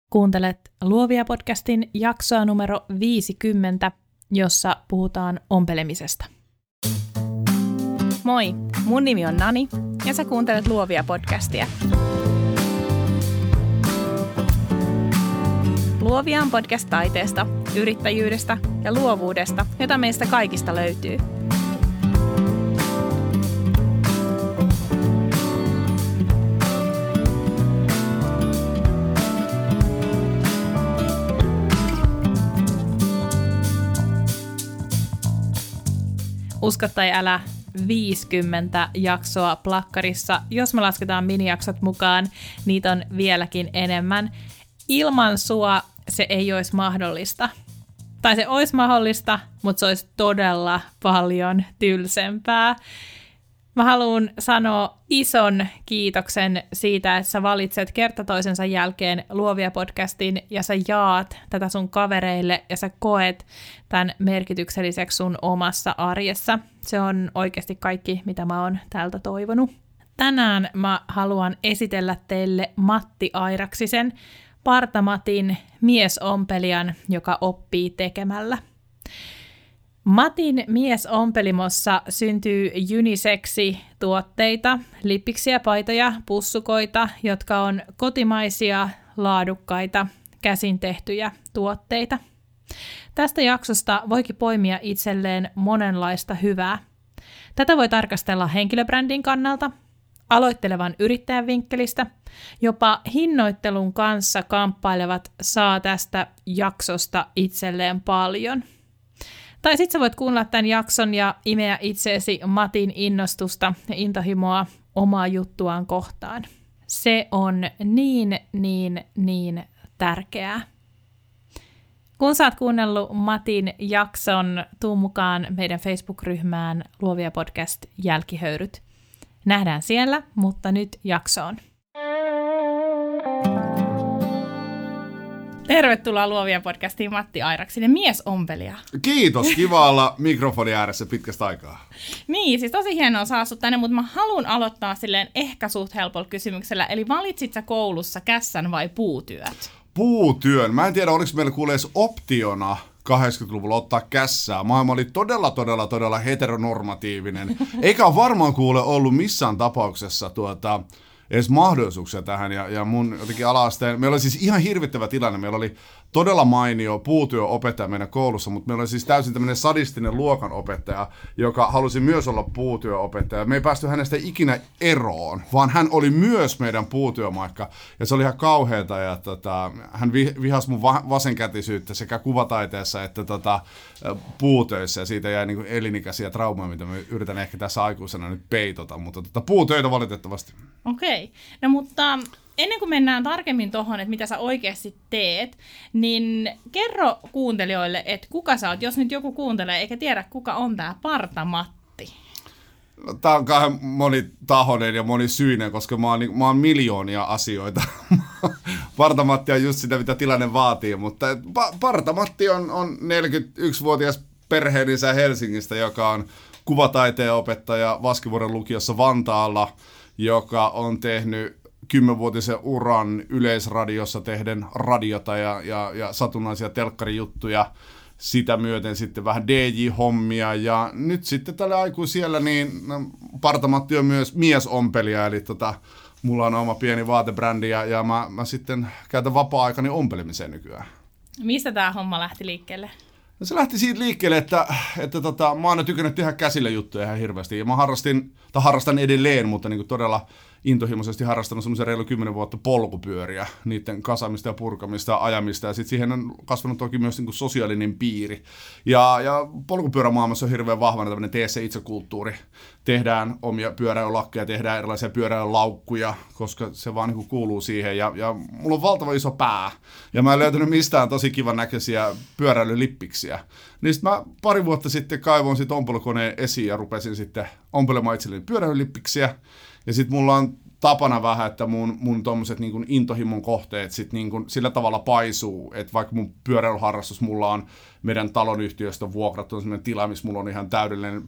Kuuntelet Luovia podcastin jaksoa numero 50, jossa puhutaan ompelemisesta. Moi, mun nimi on Nani ja sä kuuntelet Luovia podcastia. Luovia on podcast taiteesta, yrittäjyydestä ja luovuudesta, jota meistä kaikista löytyy. Usko tai älä, 50 jaksoa plakkarissa. Jos me lasketaan minijaksot mukaan, niitä on vieläkin enemmän. Ilman sua se ei olisi mahdollista. Tai se olisi mahdollista, mutta se olisi todella paljon tylsempää. Mä haluan sanoa ison kiitoksen siitä, että sä valitset kerta toisensa jälkeen Luovia podcastin ja sä jaat tätä sun kavereille ja sä koet tämän merkitykselliseksi sun omassa arjessa. Se on oikeasti kaikki, mitä mä oon täältä toivonut. Tänään mä haluan esitellä teille Matti Airaksisen, Partamatin miesompelijan, joka oppii tekemällä. Matin miesompelimossa syntyy uniseksi-tuotteita, lippiksiä, paitoja, pussukoita, jotka on kotimaisia, laadukkaita, käsin tehtyjä tuotteita. Tästä jaksosta voikin poimia itselleen monenlaista hyvää. Tätä voi tarkastella henkilöbrändin kannalta, aloittelevan yrittäjän vinkkelistä, jopa hinnoittelun kanssa kamppailevat saa tästä jaksosta itselleen paljon. Tai sitten sä voit kuunnella tämän jakson ja imeä itseesi Matin innostusta ja intohimoa omaa juttuaan kohtaan. Se on niin tärkeää. Kun sä oot kuunnellut Matin jakson, tuu mukaan meidän Facebook-ryhmään Luovia podcast jälkihöyryt. Nähdään siellä, mutta nyt jaksoon. Tervetuloa Luovia podcastiin Matti Airaksinen, miesompelija. Kiitos, kiva olla mikrofoni ääressä pitkästä aikaa. Niin, siis tosi hienoa saada sut tänne, mutta mä haluan aloittaa silleen ehkä suht helpolla kysymyksellä. Eli valitsit sä koulussa kässän vai puutyöt? Puutyön. Mä en tiedä, oliko meillä kuule edes optiona 80-luvulla ottaa kässää. Maailma oli todella heteronormatiivinen. Eikä ole varmaan kuule ollut missään tapauksessa edes mahdollisuuksia tähän, ja mun jotenkin ala-asteen, meillä oli siis ihan hirvittävä tilanne, meillä oli todella mainio puutyöopettaja meidän koulussa, mutta meillä oli siis täysin tämmöinen sadistinen luokanopettaja, joka halusi myös olla puutyöopettaja. Me ei päästy hänestä ikinä eroon, vaan hän oli myös meidän puutyömaikka, ja se oli ihan kauheata, ja hän vihasi mun vasenkätisyyttä sekä kuvataiteessa että puutöissä, ja siitä jäi niin kuin elinikäisiä traumaa, mitä me yritän ehkä tässä aikuisena nyt peitota, mutta puutöitä valitettavasti. Okei, no mutta ennen kuin mennään tarkemmin tuohon, että mitä sä oikeasti teet, niin kerro kuuntelijoille, että kuka sä oot, jos nyt joku kuuntelee eikä tiedä, kuka on tää Parta-Matti. No, tää on kahden monitahoinen ja monisyinen, koska mä oon miljoonia asioita. Parta-Matti on just sitä, mitä tilanne vaatii, mutta Parta-Matti on 41-vuotias perheenisä Helsingistä, joka on kuvataiteen opettaja Vaskivuoren lukiossa Vantaalla, joka on tehnyt 10-vuotisen uran Yleisradiossa tehden radiota ja satunnaisia telkkarijuttuja. Sitä myöten sitten vähän DJ-hommia, ja nyt sitten tällä aikuisiellä niin Parta-Matti on myös miesompelija, eli mulla on oma pieni vaatebrändi, ja mä sitten käytän vapaa-aikani ompelemiseen nykyään. Mistä tää homma lähti liikkeelle? No se lähti siitä liikkeelle, että mä oon tykännyt tehdä käsillä juttuja ihan hirveästi, ja mä harrastan edelleen, mutta niin kuin todella intohimoisesti harrastanut semmoisen reilu 10 vuotta polkupyöriä, niiden kasaamista ja purkamista ja ajamista, ja sitten siihen on kasvanut toki myös niin kuin sosiaalinen piiri. Ja polkupyörämaailmassa on hirveän vahvana tämmöinen tee se itse -kulttuuri. Tehdään omia pyöräilylakkeja, tehdään erilaisia pyöräilylaukkuja, koska se vaan niin kuin kuuluu siihen, ja mulla on valtava iso pää, ja mä en löytänyt mistään tosi kivan näköisiä pyöräilylippiksiä. Niin sitten mä pari vuotta sitten kaivoin sit ompelukoneen esiin ja rupesin sitten ompelemaan itselleni pyöräilylippiksiä. Ja sitten mulla on tapana vähän, että mun tommoset niin kuin intohimon kohteet sit niin kuin sillä tavalla paisuu, että vaikka mun pyöräilyharrastus, mulla on meidän talonyhtiöstä vuokrattu sellainen tila, missä mulla on ihan täydellinen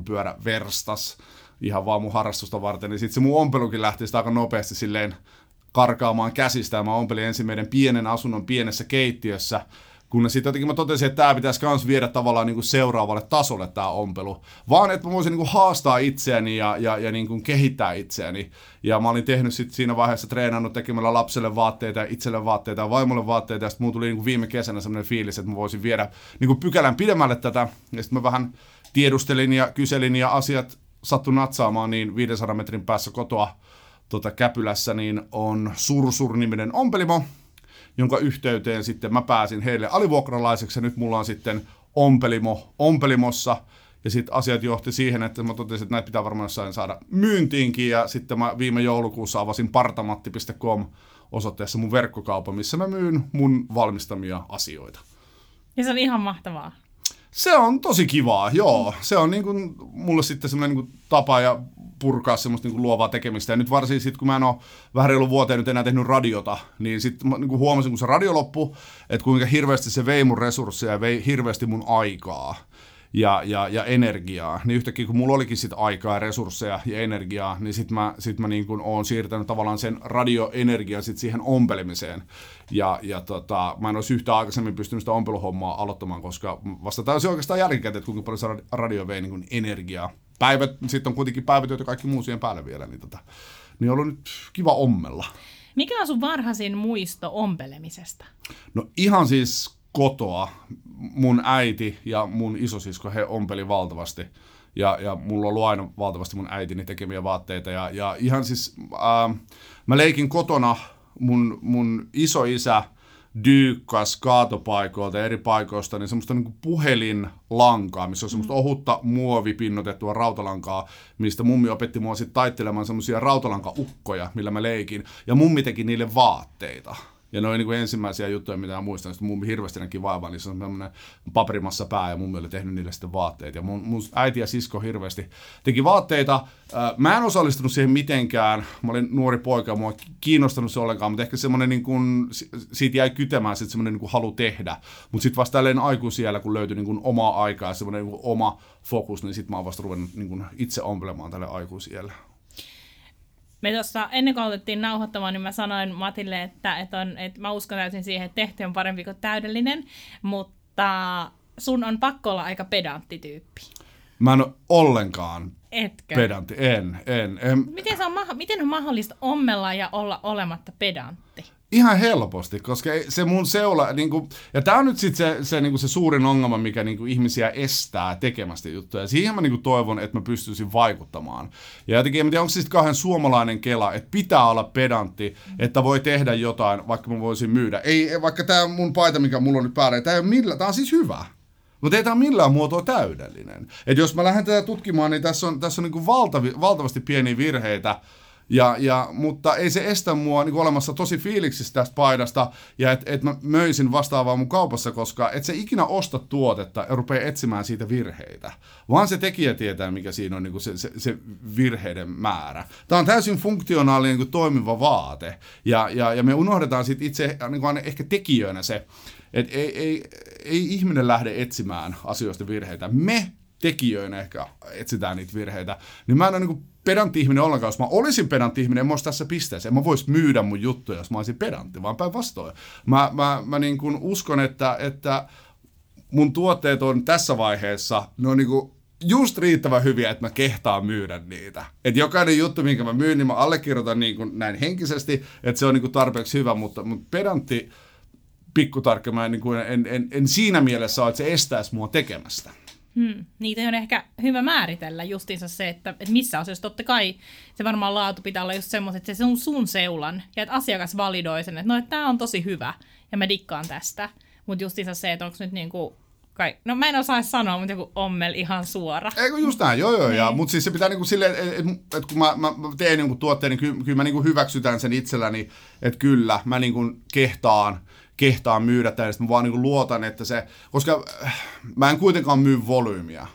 polkupyöräverstas ihan vaan mun harrastusta varten, niin sitten se mun ompelukin lähti sitä aika nopeasti silleen karkaamaan käsistä. Mä ompelin ensin meidän pienen asunnon pienessä keittiössä, kunnes sitten jotenkin mä totesin, että tämä pitäisi myös viedä tavallaan niin kuin seuraavalle tasolle tämä ompelu. Vaan että mä voisin niin kuin haastaa itseäni ja niin kuin kehittää itseäni. Ja mä olin tehnyt sitten siinä vaiheessa treenannut tekemällä lapselle vaatteita, itselle vaatteita ja vaimolle vaatteita. Ja sitten mulla tuli niin kuin viime kesänä sellainen fiilis, että mä voisin viedä niin kuin pykälän pidemmälle tätä. Ja sitten mä vähän tiedustelin ja kyselin ja asiat sattui natsaamaan, niin 500 metrin päässä kotoa Käpylässä niin on Sursur-niminen ompelimo, jonka yhteyteen sitten mä pääsin heille alivuokralaiseksi, ja nyt mulla on sitten ompelimossa, ja sitten asiat johti siihen, että mä totesin, että näitä pitää varmaan jossain saada myyntiinkin, ja sitten mä viime joulukuussa avasin partamatti.com osoitteessa mun verkkokaupan, missä mä myyn mun valmistamia asioita. Ja se on ihan mahtavaa. Se on tosi kivaa, joo. Se on niin kuin mulle sitten semmoinen niin kuin tapa ja purkaa semmoista niin kuin luovaa tekemistä. Ja nyt varsinkin sitten, kun mä en ole vähän reilu vuoteen nyt enää tehnyt radiota, niin sitten mä niin kuin huomasin, kun se radio loppui, että kuinka hirveästi se vei mun resursseja ja vei hirveästi mun aikaa ja energiaa. Niin yhtäkkiä, kun mulla olikin sitten aikaa ja resursseja ja energiaa, niin sitten mä niin kuin oon siirtänyt tavallaan sen radioenergian sitten siihen ompelemiseen. Mä en olisi yhtä aikaisemmin pystynyt sitä ompeluhommaa aloittamaan, koska vasta täysin oikeastaan jälkikäteen, että kuinka paljon se radio vei niin kuin energiaa. Sitten on kuitenkin päivätyöt ja kaikki muu siihen päälle vielä, niin on ollut nyt kiva ommella. Mikä on sun varhaisin muisto ompelemisesta? No ihan siis kotoa. Mun äiti ja mun isosisko, he ompeli valtavasti. Ja mulla on ollut aina valtavasti mun äitini tekemiä vaatteita. Ja ihan siis, mä leikin kotona, mun isoisä dyykkas kaatopaikoilta ja eri paikoista, niin semmoista niinku puhelinlankaa, missä on semmoista ohutta muovipinnotettua rautalankaa, mistä mummi opetti mua sitten taittelemaan semmoisia rautalankaukkoja, millä mä leikin. Ja mummi teki niille vaatteita. Ja ne oli niin kuin ensimmäisiä juttuja, mitä mä muistan. Sitten mummi hirveästi näki vaivaa, niin se on semmoinen paperimassa pää, ja mummi oli tehnyt niille sitten vaatteet. Ja mun äiti ja sisko hirveästi teki vaatteita. Mä en osallistunut siihen mitenkään. Mä olin nuori poika, ja mua ei kiinnostanut se ollenkaan, mutta ehkä semmoinen, niin kuin, siitä jäi kytemään sitten semmoinen niin kuin halu tehdä. Mutta sitten vasta tälleen aikuisiellä, kun löytyi niin kuin omaa aikaa ja semmoinen niin kuin oma fokus, niin sitten mä oon vasta ruvennut niin kuin itse ompelemaan tälle aikuisiellä. Me tuossa ennen kuin aloitettiin nauhoittamaan, niin mä sanoin Matille, että mä uskon täysin siihen, että tehty on parempi kuin täydellinen, mutta sun on pakko olla aika pedanttityyppi. Mä en ole ollenkaan Etkö? pedantti, en. Miten on mahdollista ommella ja olla olematta pedantti? Ihan helposti, koska se mun seula, niinku, ja tää on nyt sitten se, niinku se suurin ongelma, mikä niinku ihmisiä estää tekemästä juttuja. Ja siihen mä niinku toivon, että mä pystyisin vaikuttamaan. Ja jotenkin, en tiedä, onko se sitten kauhean suomalainen kela, että pitää olla pedantti, että voi tehdä jotain, vaikka mä voisin myydä. Ei, vaikka tää mun paita, mikä mulla on nyt päällä, tää on siis hyvä. Mutta ei tämä millään muotoa täydellinen. Et jos mä lähden tätä tutkimaan, niin tässä on niinku valtavasti pieniä virheitä, mutta ei se estä mua niin olemassa tosi fiiliksistä tästä paidasta, ja että mä möisin vastaavaa mun kaupassa, koska et se ikinä osta tuotetta ja rupea etsimään siitä virheitä, vaan se tekijä tietää, mikä siinä on niin se virheiden määrä. Tämä on täysin funktionaalinen niin toimiva vaate, ja me unohdetaan sit itse niin ehkä tekijöinä se, että ei ihminen lähde etsimään asioista virheitä. Me tekijöinä ehkä etsitään niitä virheitä. Niin mä en ole niin pedantti ihminen ollenkaan. Jos mä olisin pedantti ihminen, en mä olisi tässä pisteessä. En mä vois myydä mun juttuja, jos mä olisin pedantti, vaan päinvastoin. Mä niin kuin uskon, että mun tuotteet on tässä vaiheessa, ne on niin kuin just riittävän hyviä, että mä kehtaan myydä niitä. Että jokainen juttu, minkä mä myyn, niin mä allekirjoitan niin kuin näin henkisesti, että se on niin kuin tarpeeksi hyvä, mutta pedantti pikkutarkka, mä en siinä mielessä ole, että se estäisi mua tekemästä. Niitä on ehkä hyvä määritellä justiinsa se, että missä asioissa totta kai se varmaan laatu pitää olla just semmoiset, että se on sun seulan ja että asiakas validoi sen, että no, että tää on tosi hyvä ja mä dikkaan tästä. Mutta justiinsa se, että onko nyt niinku no mä en osaa sanoa, mutta joku ommel ihan suora. Eikö just näin, joo. Mutta siis se pitää niinku silleen, että kun mä teen jonkun tuotteen, niin kyllä mä niinku hyväksytän sen itselläni, että kyllä, mä niinku kehtaan myydä tämän, mä vaan niinku luotan, että se, koska mä en kuitenkaan myy volyymiä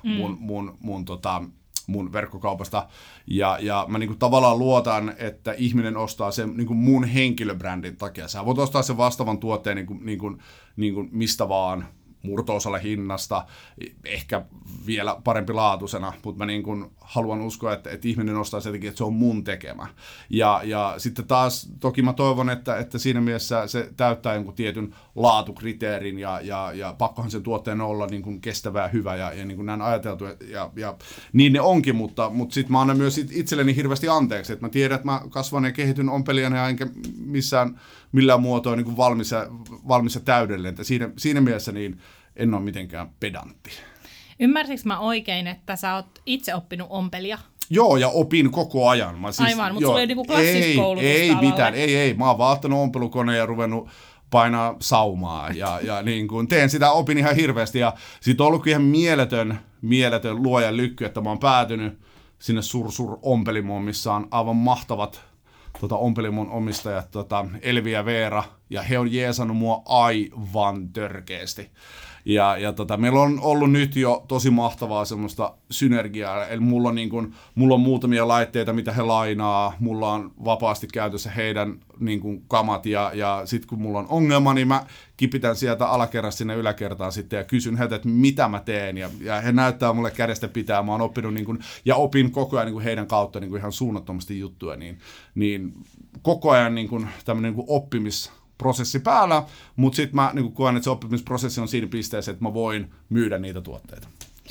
mun verkkokaupasta, ja mä niinku tavallaan luotan, että ihminen ostaa sen niinku mun henkilöbrändin takia. Sä voit ostaa sen vastaavan tuotteen niinku mistä vaan murto-osalle hinnasta, ehkä vielä parempi laatuisena, mutta mä niin kuin haluan uskoa, että ihminen ostaa sen takia, että se on mun tekemä. Ja sitten taas toki mä toivon, että siinä mielessä se täyttää jonkun tietyn laatukriteerin ja pakkohan sen tuotteen olla niin kuin kestävää, hyvä ja niin kuin näin ajateltu ja niin ne onkin, mutta sitten mä annan myös itselleni hirveästi anteeksi, että mä tiedän, että mä kasvan ja kehityn ompelijana ja enkä millään muotoa niin kuin valmis ja täydellinen, että siinä mielessä niin en ole mitenkään pedantti. Ymmärsikö mä oikein, että sä oot itse oppinut ompelia? Joo, ja opin koko ajan. Aivan, mutta sulla ei niinku klassiskoulutusta ei mitään, ei. Mä oon vaan ottanut ompelukoneen ja ruvennut painaa saumaa ja niin kuin teen sitä, opin ihan hirveästi. Ja sit on ollutkin ihan mieletön luojan lykky, että mä oon päätynyt sinne Sursur-ompelimoon, missä on aivan mahtavat ompelimon omistajat Elvi ja Veera, ja he on jeesannut mua aivan törkeästi. Ja meillä on ollut nyt jo tosi mahtavaa semmoista synergiaa, eli mulla on muutamia laitteita, mitä he lainaa, mulla on vapaasti käytössä heidän niin kuin kamat, ja sitten kun mulla on ongelma, niin mä kipitän sieltä alakerrasta sinne yläkertaan sitten ja kysyn heiltä, että mitä mä teen, ja he näyttää mulle kädestä pitää, mä oon oppinut niin kuin, ja opin koko ajan niin kuin heidän kautta niin kuin ihan suunnattomasti juttuja, niin koko ajan niin kuin tämmöinen niin kuin oppimisprosessi päällä, mutta sitten mä niin koen, että se oppimisprosessi on siinä pisteessä, että mä voin myydä niitä tuotteita.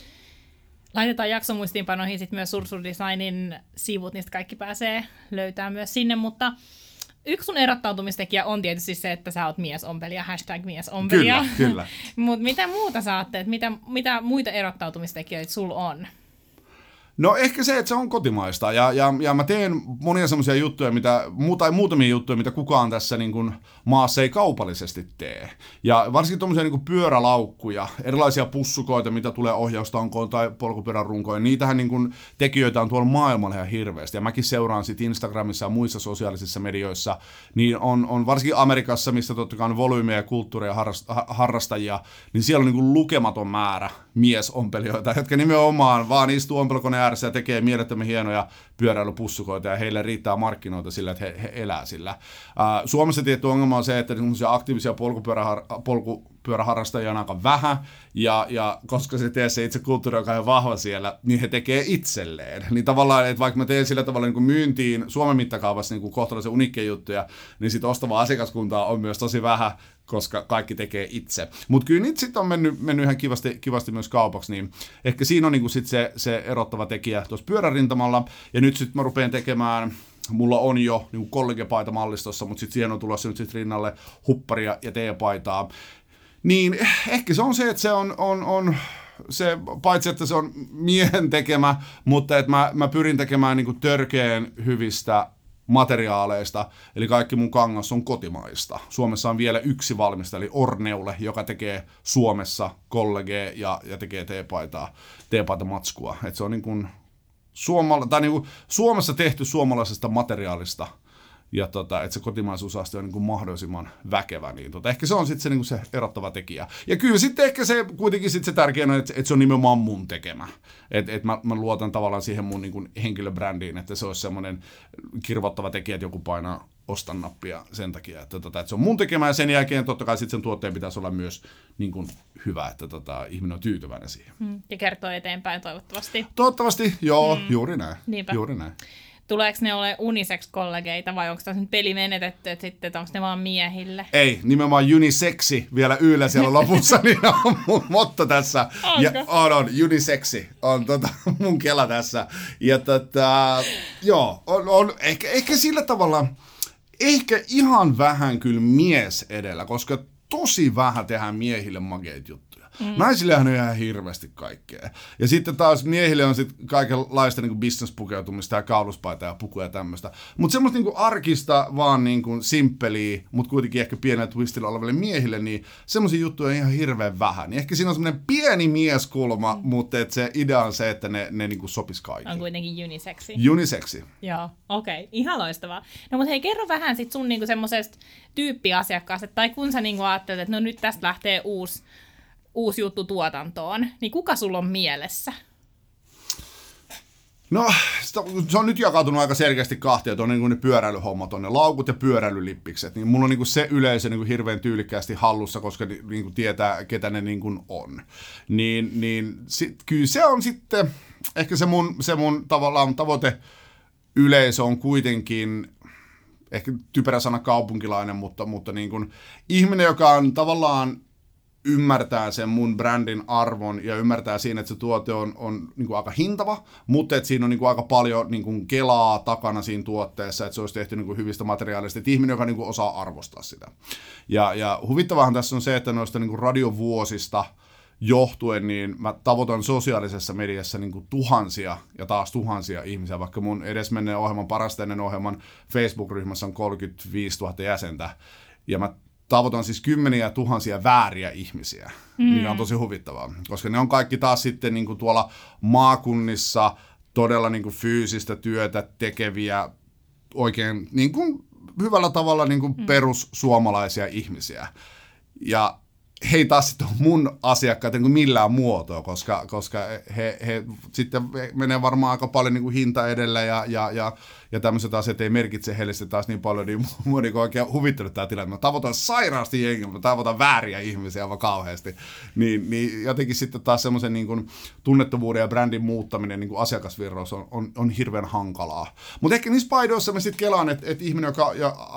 Laitetaan jaksomuistiinpanoihin sitten myös Sursur Designin sivut, niistä kaikki pääsee löytämään myös sinne, mutta yksi sun erottautumistekijä on tietysti se, että sä oot miesompelija, #miesompelija. Kyllä. Mutta mitä muuta sä ajattelet, mitä muita erottautumistekijöitä sulla on? No ehkä se, että se on kotimaista, ja mä teen monia semmoisia juttuja, muutamia juttuja, mitä kukaan tässä niin kuin maassa ei kaupallisesti tee. Ja varsinkin tommosia niin kuin pyörälaukkuja, erilaisia pussukoita, mitä tulee ohjaustankoon tai polkupyörän runkoon, niitähän niin kuin tekijöitä on tuolla maailmalla ihan hirveästi. Ja mäkin seuraan sit Instagramissa ja muissa sosiaalisissa medioissa, niin on varsinkin Amerikassa, missä totta kai on volyymeja ja kulttuuria harrastajia, niin siellä on niin kuin lukematon määrä miesompelijoita, jotka nimenomaan vaan istuu ompelukoneen ääressä ja tekee mielettömän hienoja pyöräilypussukoita, ja heille riittää markkinoita sillä, että he elää sillä. Suomessa tietty ongelma on se, että aktiivisia polkupyöräharrastajia on aika vähän, ja koska se tee se itse kulttuuri, joka on vahva siellä, niin he tekee itselleen. Niin tavallaan, että vaikka mä teen sillä tavalla niin kuin myyntiin Suomen mittakaavassa niin kuin kohtalaisen uniikkeja juttuja, niin sit ostavaa asiakaskuntaa on myös tosi vähän, koska kaikki tekee itse. Mutta kyllä niitä sitten on mennyt ihan kivasti myös kaupaksi, niin ehkä siinä on niinku sit se erottava tekijä tuossa pyörärintamalla, ja nyt sitten mä rupean tekemään, mulla on jo niinku kollegepaita mallistossa, mutta sitten siihen on tulossa nyt sit rinnalle hupparia ja teepaitaa. Niin ehkä se on se, että se on se, paitsi että se on miehen tekemä, mutta että mä pyrin tekemään niinku törkeän hyvistä materiaaleista, eli kaikki mun kangas on kotimaista. Suomessa on vielä yksi valmistaja, eli Orneule, joka tekee Suomessa kollegea ja tekee teepaitamatskua. Et se on niin kuin Suomessa tehty suomalaisesta materiaalista, ja että se kotimaisuusaste on niin kuin mahdollisimman väkevä. Niin ehkä se on sitten se, niin kuin se erottava tekijä. Ja kyllä sitten ehkä se kuitenkin sit se tärkeä on, että se on nimenomaan mun tekemä. Että mä luotan tavallaan siihen mun niin kuin henkilöbrändiin, että se olisi semmoinen kirvoittava tekijä, että joku painaa ostan nappia sen takia, että se on mun tekemä, ja sen jälkeen totta kai sitten sen tuotteen pitäisi olla myös niin kuin hyvä, että ihminen on tyytyväinen siihen. Ja kertoo eteenpäin toivottavasti. Toivottavasti, joo, juuri näin. Niinpä. Juuri näin. Tuleeko ne ole unisex-kollegeita vai onko tässä nyt peli menetetty, että sitten onko ne vaan miehille? Ei, nimenomaan uniseksi vielä yllä siellä lopussa, niin on mun motto tässä. Ja on uniseksi, on mun kela tässä. Ja joo, on ehkä sillä tavalla, ehkä ihan vähän kyllä mies edellä, koska tosi vähän tehdään miehille makeita juttuja. Naisillehan on ihan hirveästi kaikkea. Ja sitten taas miehille on sitten kaikenlaista niin business-pukeutumista ja kauluspaita ja pukuja ja tämmöistä. Mutta semmoista niin arkista, vaan niin simppeliä, mutta kuitenkin ehkä pienellä twistillä oleville miehille, niin semmoisia juttuja on ihan hirveän vähän. Niin ehkä siinä on semmoinen pieni mieskulma, mutta et se idea on se, että ne niin sopisi kaikille. On kuitenkin uniseksi. Uniseksi. Joo, okei. Ihan loistavaa. No mutta hei, kerro vähän sit sun niin semmoisesta tyyppiasiakkaasta, tai kun sä niin ajattelet, että no nyt tästä lähtee uusi juttu tuotantoon, niin kuka sulla on mielessä? No, se on nyt jakautunut aika selkeästi kahtia, että on niin kuin ne pyöräilyhommat, on ne laukut ja pyöräilylippikset. Niin mulla on niin kuin se yleisö niin kuin hirveän tyylikkäästi hallussa, koska niin kuin tietää, ketä ne niin kuin on. Kyllä se on sitten, ehkä se mun tavallaan tavoite yleisö on kuitenkin, ehkä typerä sana kaupunkilainen, mutta niin kuin ihminen, joka on tavallaan ymmärtää sen mun brändin arvon ja ymmärtää siinä, että se tuote on niin kuin aika hintava, mutta että siinä on niin kuin aika paljon niin kuin kelaa takana siinä tuotteessa, että se olisi tehty niin kuin hyvistä materiaalista, että ihminen, joka niin kuin osaa arvostaa sitä. Ja huvittavahan tässä on se, että noista niin kuin radiovuosista johtuen, niin mä tavoitan sosiaalisessa mediassa niin kuin tuhansia ja taas tuhansia ihmisiä, vaikka mun edesmenneen ohjelman, parasta ennen ohjelman Facebook-ryhmässä on 35 000 jäsentä, ja mä tavoitan siis kymmeniä tuhansia vääriä ihmisiä, mikä on tosi huvittavaa, koska ne on kaikki taas sitten niin kuin tuolla maakunnissa todella niin kuin fyysistä työtä tekeviä, oikein niin kuin hyvällä tavalla niin kuin perussuomalaisia ihmisiä. Ja he ei taas sitten ole mun asiakkaita niin kuin millään muotoa, koska he sitten menee varmaan aika paljon niin kuin hinta edellä ja tämmöiset asiat ei merkitse heille sitten taas niin paljon, niin mua on niin oikein huvittanut tämä tilanne. Mä tavoitan sairaasti jengiä, mä tavoitan vääriä ihmisiä aivan kauheasti. Niin jotenkin sitten taas semmoisen niin kuin tunnettavuuden ja brändin muuttaminen niin kuin asiakasvirraus on hirveän hankalaa. Mutta ehkä niissä paidoissa mä sitten kelaan, että ihminen, joka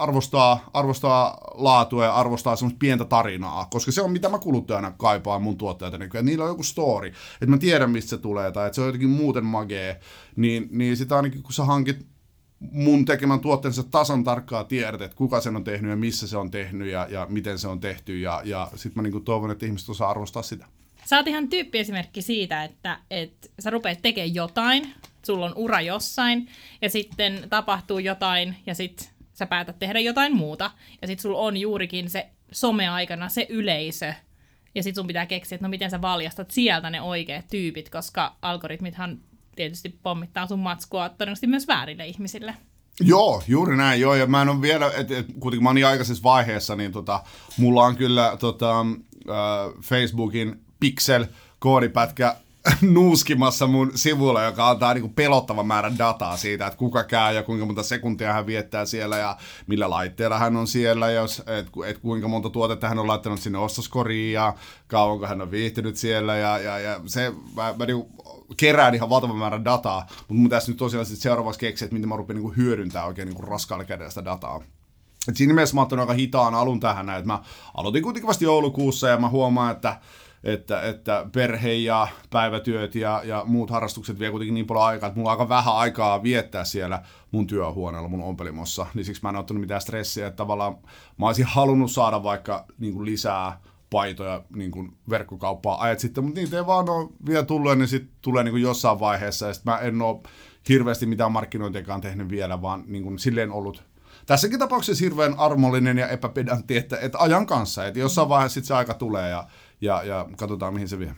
arvostaa laatua ja arvostaa semmoista pientä tarinaa, koska se on mitä mä kuluttajana kaipaan mun tuotteita, niin että niillä on joku story, että mä tiedän mistä se tulee tai että se on jotenkin muuten magee, niin sitä ainakin kun sä hankit mun tekemän tuotteensa tasan tarkkaa tiedät, että kuka sen on tehnyt ja missä se on tehnyt ja miten se on tehty ja sit mä niinku toivon, että ihmiset osaa arvostaa sitä. Sä oot ihan tyyppiesimerkki siitä, että sä rupeat tekemään jotain, sulla on ura jossain ja sitten tapahtuu jotain ja sit sä päätät tehdä jotain muuta ja sit sulla on juurikin se some-aikana se yleisö ja sit sun pitää keksiä, että no miten sä valjastat sieltä ne oikeat tyypit, koska algoritmithan tietysti pommittaa sun matskua todennäköisesti myös väärille ihmisille. Joo, juuri näin. Joo, ja mä en ole vielä, kuitenkin mä oon niin aikaisessa vaiheessa, niin mulla on kyllä Facebookin Pixel-koodipätkä nuuskimassa mun sivulla, joka antaa niinku pelottavan määrän dataa siitä, että kuka käy ja kuinka monta sekuntia hän viettää siellä ja millä laitteella hän on siellä, että kuinka monta tuotetta hän on laittanut sinne ostoskoriin ja kauanko hän on viihtynyt siellä ja se, mä niinku kerään ihan valtavan määrän dataa, mutta mun tässä nyt tosiaan seuraavaksi keksiä, että miten mä rupean niinku hyödyntämään oikein niinku raskaalla kädellä sitä dataa. Et siinä mielessä mä oon ottanut aika hitaan alun tähän, että mä aloitin kuitenkin vasta joulukuussa ja mä huomaan, että perhe ja päivätyöt ja muut harrastukset vie kuitenkin niin paljon aikaa, että mulla on aika vähän aikaa viettää siellä mun työhuoneella, mun ompelimossa. Niin siksi mä en ottanut mitään stressiä, että tavallaan mä olisin halunnut saada vaikka niin kuin lisää paitoja niin kuin verkkokauppaa ajat sitten, mutta niitä ei vaan ole vielä tullut ja ne sitten tulee niin kuin jossain vaiheessa. Ja sitten mä en ole hirveästi mitään markkinointiakaan tehnyt vielä, vaan niin kuin silleen ollut tässäkin tapauksessa hirveän armollinen ja epäpedantti, että ajan kanssa, että jossain vaiheessa sitten se aika tulee ja katsotaan, mihin se vie.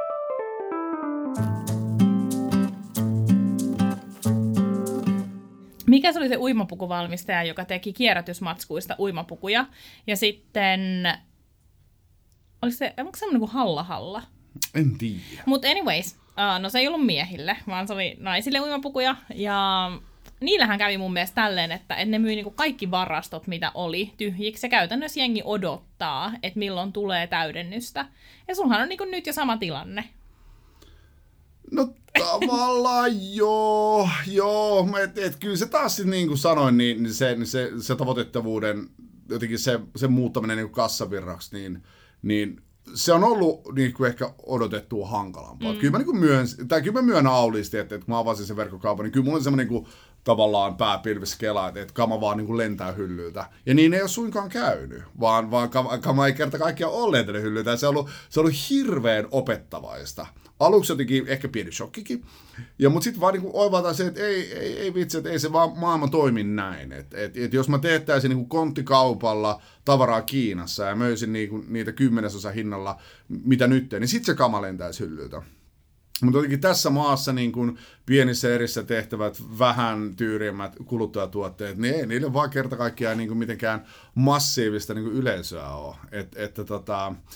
Mikä se oli se uimapukuvalmistaja, joka teki kierrätysmatskuista uimapukuja? Ja sitten, onko se semmoinen kuin Halla? En tiedä. Mutta anyways, no se ei ollut miehille, vaan se oli naisille uimapukuja. Ja niillähän kävi mun mielestä tälleen, että ne myi niinku kaikki varastot, mitä oli, tyhjiksi. Ja käytännössä jengi odottaa, että milloin tulee täydennystä. Ja sunhan on niinku nyt jo sama tilanne. No tavallaan joo. Kyllä se taas niin kuin sanoin, niin se tavoitettavuuden, jotenkin se muuttaminen niin kuin kassavirraksi, niin se on ollut niin kuin ehkä odotettua hankalampaa. Kyllä mä myönnän auliisti, että kun mä avasin sen verkkokaupan, niin kyllä mulla on semmoinen niin kuin tavallaan pääpilvissä kela, että kama vaan niin kuin lentää hyllyltä. Ja niin ei ole suinkaan käynyt, vaan kama ei kerta kaikkiaan ole lentänyt hyllyltä. Se on ollut hirveän opettavaista. Aluksi jotenkin ehkä pieni shokkikin, mutta sitten vaan niinku oivaltaa se, että ei vitsi, että ei se vaan maailma toimi näin. Et jos mä teettäisin niinku konttikaupalla tavaraa Kiinassa ja möisin niitä 10% hinnalla, mitä nyt teen, niin sitten se kama lentäisi hyllyltä. Mutta jotenkin tässä maassa niin kun pienissä erissä tehtävät vähän tyyriemmät kuluttajatuotteet, niin ei niille vaan kerta kaikkiaan niin mitenkään massiivista niin yleisöä ole.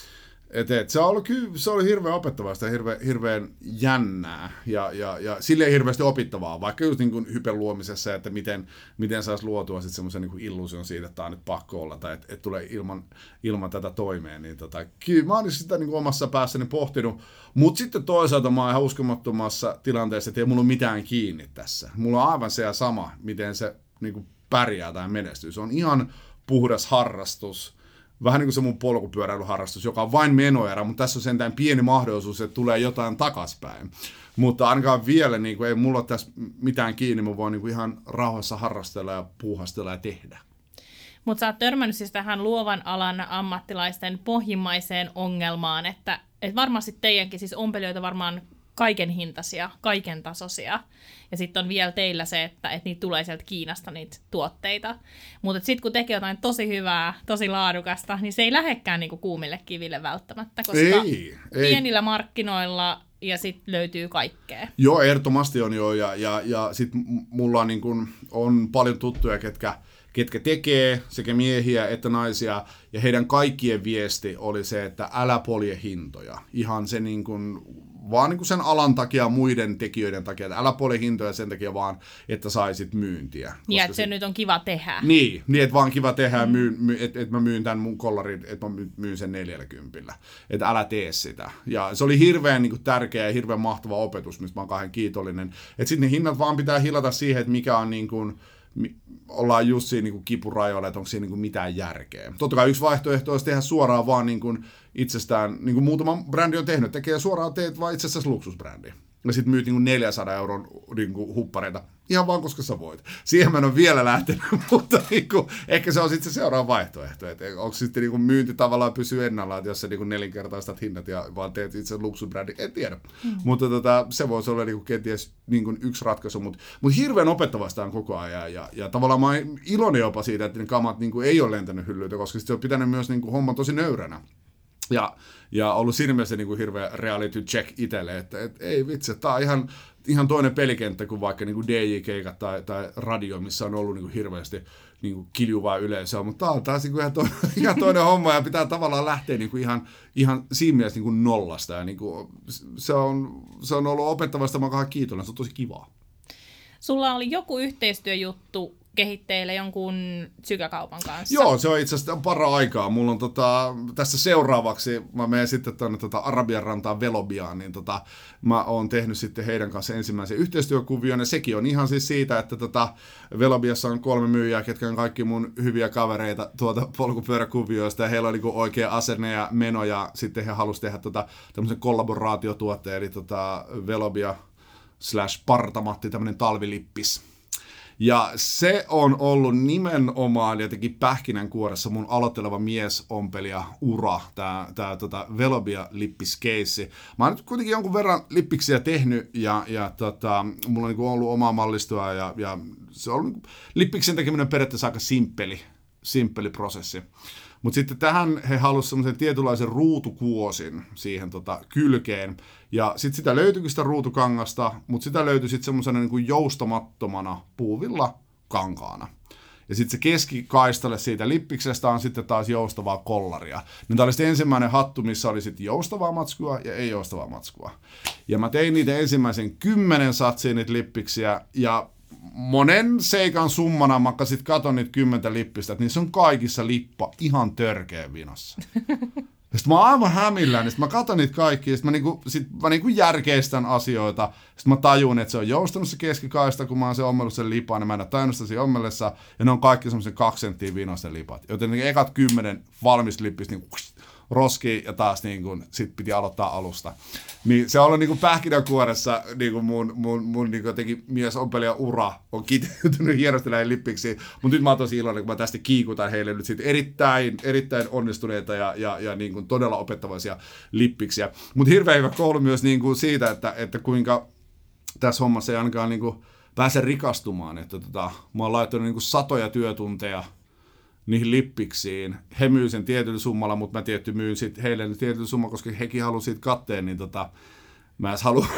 Se oli hirveän opettavaista ja hirveän jännää ja silleen hirveästi opittavaa, vaikka just niin kuin hypen luomisessa, että miten saisi luotua sitten semmoisen niin kuin illuusion siitä, että tämä on nyt pakko olla tai että tulee ilman tätä toimeen. Niin kyllä mä olin sitä niin kuin omassa päässäni pohtinut, mutta sitten toisaalta mä oon ihan uskomattomassa tilanteessa, että ei mulla ole mitään kiinni tässä. Mulla on aivan se ja sama, miten se niin kuin pärjää tai menestyy. Se on ihan puhdas harrastus. Vähän niin kuin se mun polkupyöräilyharrastus, joka on vain menoerä, mutta tässä on sentään pieni mahdollisuus, että tulee jotain takaspäin. Mutta ainakaan vielä niin kuin, ei mulla ole tässä mitään kiinni, mä voin niin kuin ihan rauhassa harrastella ja puuhastella ja tehdä. Mutta sä oot törmännyt siis tähän luovan alan ammattilaisten pohjimmaiseen ongelmaan, että varmasti teidänkin siis ompelijoita varmaan kaiken hintaisia, kaiken tasoisia. Ja sitten on vielä teillä se, että niitä tulee sieltä Kiinasta niitä tuotteita. Mutta sitten kun tekee jotain tosi hyvää, tosi laadukasta, niin se ei lähdekään niinku kuumille kiville välttämättä, koska pienillä markkinoilla ja sitten löytyy kaikkea. Joo, ehdottomasti on jo. Ja sitten mulla on, niin kun, on paljon tuttuja, ketkä tekee sekä miehiä että naisia, ja heidän kaikkien viesti oli se, että älä polje hintoja. Ihan se niin kuin, vaan niin kuin sen alan takia, muiden tekijöiden takia, että älä polje hintoja sen takia vaan, että saisit myyntiä. Ja että se nyt on kiva tehdä. Niin että vaan kiva tehdä, että mä myyn tämän mun kollarin, että mä myyn sen 40. Että älä tee sitä. Ja se oli hirveän niin kuin tärkeä ja hirveän mahtava opetus, mistä mä oon kauhean kiitollinen. Että sitten ne hinnat vaan pitää hilata siihen, että mikä on niin kuin, ollaan just siinä niin kipurajoilla, että onko siinä niin mitään järkeä. Totta kai yksi vaihtoehto olisi tehdä suoraan vaan niin kuin itsestään, niin kuin muutama brändi on tehnyt, tekee suoraan, teet vaan itsestään luksusbrändi. Ja sitten myyt niin 400 euron niin huppareita, ihan vaan koska sä voit. Siihen mä en ole vielä lähtenyt, mutta niin kuin, ehkä se on sitten se seuraava vaihtoehto. Että onko sitten niin kuin myynti tavallaan pysyy ennallaan, että jos sä niin kuin nelinkertaistat hinnat ja vaan teet itse luksusbrändi, en tiedä. Mutta se voisi olla niin kuin kenties niin kuin yksi ratkaisu, mutta hirveän opettavasta on koko ajan. Ja tavallaan mä oon iloinen jopa siitä, että ne kamat niin kuin ei ole lentänyt hyllyiltä, koska se on pitänyt myös niin kuin homman tosi nöyränä. Ja ollut siinä mielessä niin kuin hirveä reality check itselle, että ei vitsi, tämä on ihan toinen pelikenttä kuin vaikka niin kuin DJ-keikat tai radio, missä on ollut niin kuin hirveästi niin kuin kiljuvaa yleisöä, mutta tämä on taas niin kuin ihan toinen homma ja pitää tavallaan lähteä niin kuin ihan siinä mielessä niin kuin nollasta. Ja niin kuin se on ollut opettavasta, mä oon kiitollinen, se on tosi kivaa. Sulla oli joku yhteistyöjuttu kehitteillä jonkun psykäkaupan kanssa. Joo, se on itse asiassa para-aikaa. Mulla on tässä seuraavaksi, mä menen sitten tuonne Arabian rantaan Velobiaan, niin mä oon tehnyt sitten heidän kanssa ensimmäisen yhteistyökuvion, ja sekin on ihan siis siitä, että Velobiassa on 3 myyjää, ketkä on kaikki mun hyviä kavereita polkupyöräkuvioista, ja heillä on niinku oikea asenne ja meno, ja sitten he halusivat tehdä tämmöisen kollaboraatiotuotteen, eli Velobia /Partamatti, tämmöinen talvilippis. Ja se on ollut nimenomaan jotenkin pähkinänkuoressa mun aloitteleva miesompelija ura, tää Velobia-lippiskeissi. Mä oon nyt kuitenkin jonkun verran lippiksiä tehnyt, ja mulla on niinku ollut omaa mallistoa, ja se on niinku, lippiksen tekeminen periaatteessa aika simppeli prosessi. Mutta sitten tähän he halusivat semmoisen tietynlaisen ruutukuosin siihen kylkeen. Ja sitten sitä löytyikin sitä ruutukangasta, mutta sitä löytyi sitten semmoisena niin kuin joustamattomana puuvilla kankaana. Ja sitten se keskikaistalle siitä lippiksestä on sitten taas joustavaa kollaria. Niin tämä oli sitten ensimmäinen hattu, missä oli sitten joustavaa matskua ja ei joustavaa matskua. Ja mä tein niitä ensimmäisen 10 satsia niitä lippiksiä, ja monen seikan summana mä sitten katon niitä 10 lippistä, että niissä on kaikissa lippa ihan törkeä vinossa. Sitten mä oon aivan hämillään, niin mä katon niitä kaikkia, ja sitten mä järkeistän asioita, sitten mä tajun, että se on joustanut se keskikaista, kun mä oon se ommellut sen lipaan, niin mä en ole tajunnut sitä siinä ommellessa, ja ne on kaikki semmoisen 2 senttiä vinosten lipat. Joten ne ekat 10 valmista lippistä niin roski, ja taas niin kun, sit piti aloittaa alusta. Niin se on ollut niin pähkinänkuoressa niin mun niin jotenkin miesompelija ura on kiteytynyt hienosti näihin lippiksiin, mutta nyt mä oon tosi iloinen, kun mä tästä kiikutan heille nyt sit erittäin onnistuneita ja niin kuin todella opettavaisia lippiksiä. Mutta hirveän hyvä koulu myös niin kuin siitä, että kuinka tässä hommassa ei ainakaan niin kuin pääse rikastumaan. Että mä oon laittanut niin kuin satoja työtunteja niihin lippiksiin. He myy sen tietyllä summalla, mutta mä tietty myyn sit heille tietyllä summalla, koska hekin haluaa siitä katteen, niin mä en halua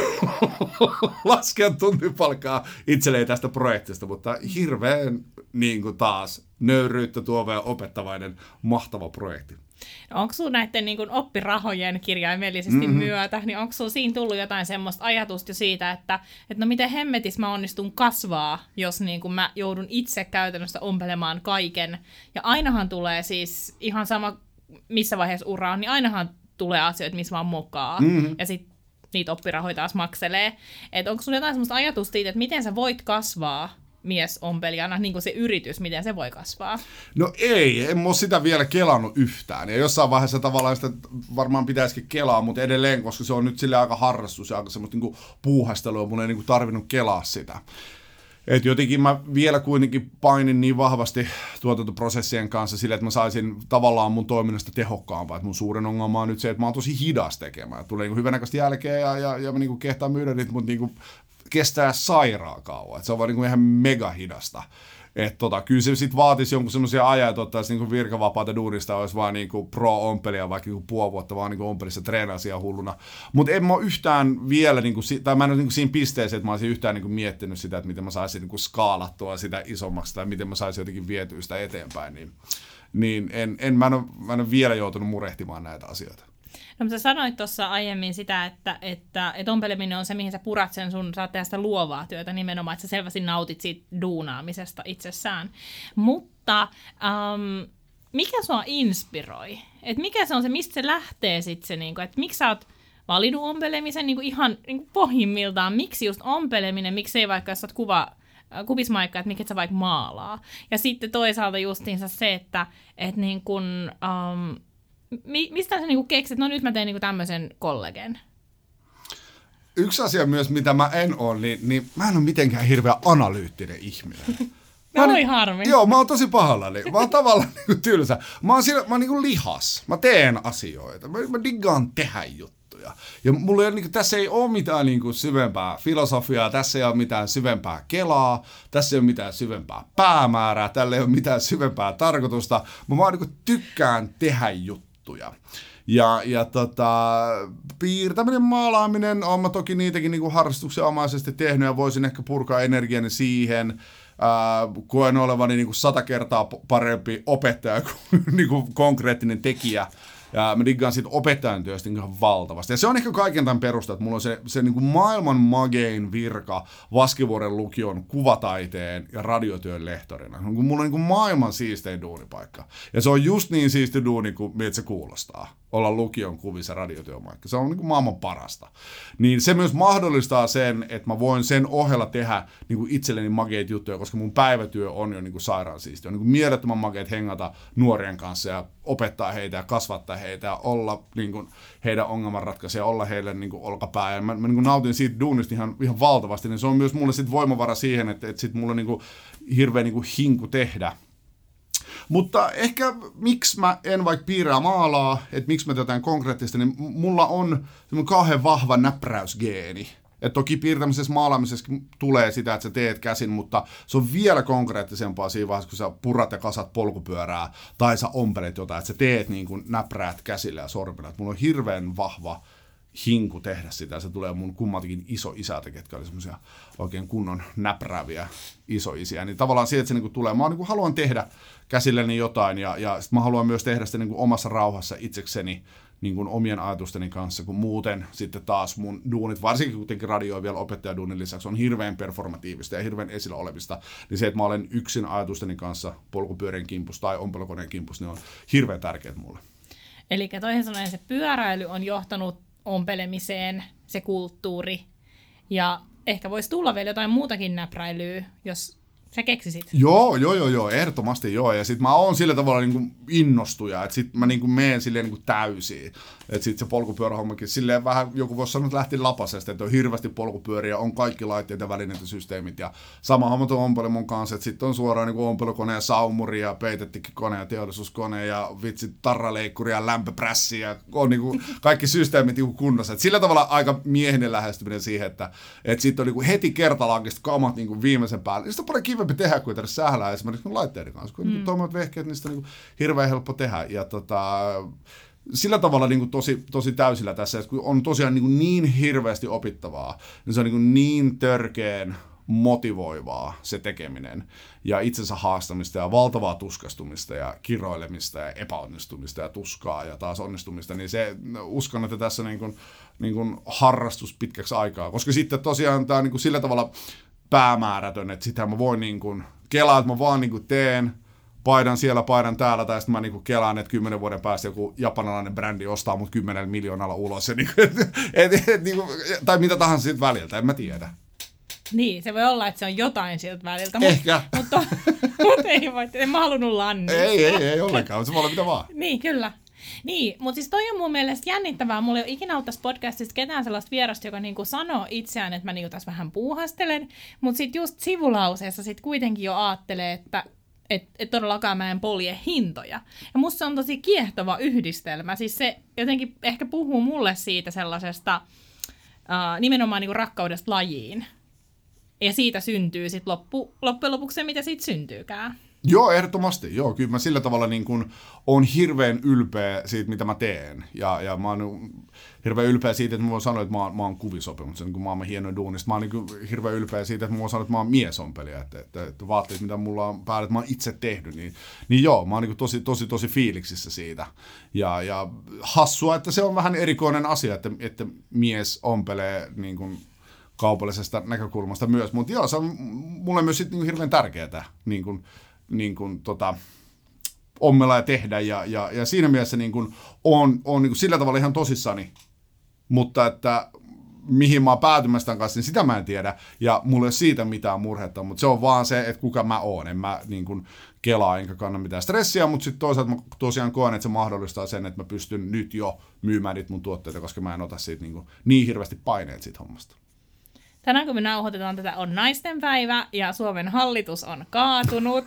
laskea tuntipalkkaa itselleen tästä projektista, mutta hirveän niin kuin taas nöyryyttä tuova ja opettavainen, mahtava projekti. No, onko sinulla näiden niin kuin oppirahojen kirjaimellisesti myötä, niin onko sinulla siinä tullut jotain semmoista ajatusta jo siitä, että no miten hemmetis mä onnistun kasvaa, jos niin kuin mä joudun itse käytännössä ompelemaan kaiken. Ja ainahan tulee siis ihan sama, missä vaiheessa uraa on, niin ainahan tulee asioita, missä vaan mokaa. Ja sitten niitä oppirahoja taas makselee. Että onko sinulla jotain semmoista ajatusta siitä, että miten sä voit kasvaa miesompelijana, niin kuin se yritys, miten se voi kasvaa? No en ole sitä vielä kelannut yhtään. Ja jossain vaiheessa tavallaan sitä varmaan pitäisikin kelaa, mutta edelleen, koska se on nyt sille aika harrastus ja aika semmoista niin kuin puuhastelua, mun ei niin kuin tarvinnut kelaa sitä. Et jotenkin mä vielä kuitenkin painin niin vahvasti tuotantoprosessien kanssa sille, että mä saisin tavallaan mun toiminnasta tehokkaampaa. Et mun suurin ongelma on nyt se, että mä oon tosi hidas tekemään. Tulee niin hyvänäköistä jälkeä ja mä niin kehtaan myydä niitä, mutta niin kestää sairaan kauan. Et se on vaan niin ihan mega hidasta. Kyllä se sitten vaatisi jonkun semmoisia ajaa, että ottaisi niin virkavapaata duunista, olisi vaan niin pro-ompelija, vaikka niin puoli vuotta vaan niin ompelissa treenaisi ihan hulluna. Mutta en mä ole yhtään vielä, tai mä en ole niin siinä pisteessä, että mä olisin yhtään niin miettinyt sitä, että miten mä saisin niin skaalattua sitä isommaksi, tai miten mä saisin jotenkin vietyä sitä eteenpäin. Mä en ole vielä joutunut murehtimaan näitä asioita. No, mutta sä sanoit tuossa aiemmin sitä, että ompeleminen on se, mihin sä purat sen sun, saat tehdä sitä luovaa työtä nimenomaan, että sä selvästi nautit siitä duunaamisesta itsessään. Mutta mikä sua inspiroi? Et mikä se on se, mistä se lähtee sitten se, niinku, että miksi sä oot valinnut ompelemisen niinku ihan niinku pohjimmiltaan, miksi just ompeleminen, miksei vaikka jos sä oot kuvismaikka, että mikä sä vaikka maalaa. Ja sitten toisaalta justiinsa se, että niin kun, mistä sä niinku keksit, no nyt mä teen niinku tämmöisen kollegen? Yksi asia myös, mitä mä en ole, niin mä en ole mitenkään hirveän analyyttinen ihminen. Harmi. Joo, mä oon tosi pahallani. Mä oon tavallaan niinku tylsä. Mä oon niinku lihas. Mä teen asioita. Mä diggaan tehdä juttuja. Ja mulla ei, niinku, tässä ei ole mitään niinku syvempää filosofiaa, tässä ei ole mitään syvempää kelaa, tässä ei ole mitään syvempää päämäärää, tällä ei ole mitään syvempää tarkoitusta. Mä vaan niinku tykkään tehdä juttuja. Ja piirtäminen, maalaaminen, on mä toki niitäkin niinku harrastuksenomaisesti tehnyt ja voisin ehkä purkaa energiani siihen. Koen olevani niinku 100 kertaa parempi opettaja kuin niinku konkreettinen tekijä. Ja mä diggaan siitä opettajan työstä ihan valtavasti. Ja se on ehkä kaiken tämän perusta, että mulla on se niin kuin maailman magein virka Vaskivuoren lukion kuvataiteen ja radiotyön lehtorina. Mulla on niin kuin maailman siistein duunipaikka. Ja se on just niin siisti duuni kuin miltä se kuulostaa. Olla lukion kuvissa radiotyömaikka. Se on niin kuin maailman parasta. Niin se myös mahdollistaa sen, että mä voin sen ohella tehdä niin kuin itselleni mageita juttuja, koska mun päivätyö on jo niin kuin sairaan siisti. On niin kuin mielettömän mageet hengata nuorien kanssa ja opettaa heitä ja kasvattaa heitä ja olla niin kuin heidän ongelmanratkaisija, olla heille niin kuin olkapää. Ja mä niin kuin nautin siitä duunista ihan valtavasti, niin se on myös mulle sit voimavara siihen, että sit mulla on niin kuin hirveä niin kuin hinku tehdä. Mutta ehkä miksi mä en vaikka piirrää maalaa, että miksi mä jotain konkreettista, niin mulla on kauhean vahva näpräysgeeni. Et toki piirtämisessä, maalaamisessa tulee sitä, että sä teet käsin, mutta se on vielä konkreettisempaa siinä vaiheessa, kun sä purat ja kasat polkupyörää tai sä ompelet jotain, että sä teet niin kuin näpräät käsillä ja sormilla. Mulla on hirveän vahva hinku tehdä sitä. Se tulee mun kummaltakin isoisältä, ketkä oli semmoisia oikein kunnon näprääviä isoisiä. Niin tavallaan siitä, että se niinku tulee. Mä niinku haluan tehdä käsilleni jotain ja sit mä haluan myös tehdä sitä niinku omassa rauhassa itsekseni niin kuin omien ajatusteni kanssa, kun muuten sitten taas mun duunit, varsinkin kuitenkin radio on vielä opettajaduunin lisäksi, on hirveän performatiivista ja hirveän esillä olevista, niin se, että mä olen yksin ajatusteni kanssa polkupyörien kimpus tai ompelukoneen kimpus, niin on hirveän tärkeät mulle. Eli toisin sanoen se pyöräily on johtanut ompelemiseen, se kulttuuri, ja ehkä voisi tulla vielä jotain muutakin näpräilyä, jos sä keksisit. Joo, ehdottomasti joo. Ja sit mä oon sillä tavalla niinku innostuja, että sit mä niinku meen silleen niinku täysiin. Että sit se polkupyörähommakin silleen vähän, joku voisi sanoa, että lähti lapasesta, että on hirveästi polkupyöriä, on kaikki laitteet ja välineet ja systeemit. Ja sama homma tuon ompelemon kanssa, että sit on suoraan niinku ompelukone ja saumuri ja peitettikikone ja teollisuuskone ja vitsi tarraleikkuri ja lämpöprässi ja on niinku kaikki systeemit niinku kunnossa. Et sillä tavalla aika miehinen lähestyminen siihen, että sit on niinku heti kertalaakista kamat niinku viimeisen päälle. Ja sit on paljon kivempi tehdä, kuin ei tarvitse sählää esimerkiksi laitteiden kanssa, kun niinku toimivat vehkeet, niistä on niinku hirveän helppo tehdä. Ja sillä tavalla niinku tosi täysillä tässä, että kun on tosiaan niin hirveästi opittavaa, niin se on niin törkeen motivoivaa se tekeminen ja itsensä haastamista ja valtavaa tuskastumista ja kiroilemista ja epäonnistumista ja tuskaa ja taas onnistumista, niin se uskon, että tässä niin kuin harrastus pitkäksi aikaa, koska sitten tosiaan tämä on niin kuin sillä tavalla päämäärätön, että sitähän mä voin niin kuin kelaa, että mä vaan niin kuin teen paidan siellä, paidan täällä, tai sitten mä niinku kelaan, että 10 vuoden päästä joku japanilainen brändi ostaa mut 10 miljoonalla ulos, ja niinku, tai mitä tahansa siltä väliltä, en mä tiedä. Niin, se voi olla, että se on jotain siltä väliltä, Ehkä. mutta ei voi, en mä halunnut lannistaa. Ei ollenkaan, se voi olla mitä vaan. Niin, kyllä. Niin, mutta siis toi on mun mielestä jännittävää. Mulla ei ole ikinä ollut tässä podcastissa ketään sellaista vierasta, joka niinku sanoo itseään, että mä niinku tässä vähän puuhastelen, mutta sitten just sivulauseessa sit kuitenkin jo aattelee, että todellakaan mä en polje hintoja. Ja musta se on tosi kiehtova yhdistelmä. Siis se jotenkin ehkä puhuu mulle siitä sellaisesta nimenomaan niinku rakkaudesta lajiin. Ja siitä syntyy sitten loppujen lopuksi se, mitä siitä syntyykään. Joo, ehdottomasti. Joo, kyllä mä sillä tavalla niin kuin on hirveän ylpeä siitä, mitä mä teen. Ja mä oon hirveän ylpeä siitä, että mä voin sanoa, että mä oon kuvisopimus. Se on niin maailman hienoin duunista. Mä oon niin hirveän ylpeä siitä, että mä voin sanoa, että mä oon miesompelija. Että vaatteet, mitä mulla on päällä, että mä oon itse tehnyt. Niin joo, mä oon niin tosi fiiliksissä siitä. Ja hassua, että se on vähän erikoinen asia, että mies ompelee niin kuin kaupallisesta näkökulmasta myös. Mutta joo, se on mulle myös sit niin hirveän tärkeää ommella ja tehdä, ja siinä mielessä niin kuin on niin kuin sillä tavalla ihan tosissani, mutta että mihin mä oon päätymässä tämän kanssa, niin sitä mä en tiedä, ja mulla ei ole siitä mitään murhetta, mutta se on vaan se, että kuka mä oon, en mä niin kuin kelaa enkä kanna mitään stressiä, mutta sitten toisaalta mä tosiaan koen, että se mahdollistaa sen, että mä pystyn nyt jo myymään niitä mun tuotteita, koska mä en ota siitä niin hirveästi paineet siitä hommasta. Tänään kun me nauhoitetaan tätä, on naistenpäivä ja Suomen hallitus on kaatunut.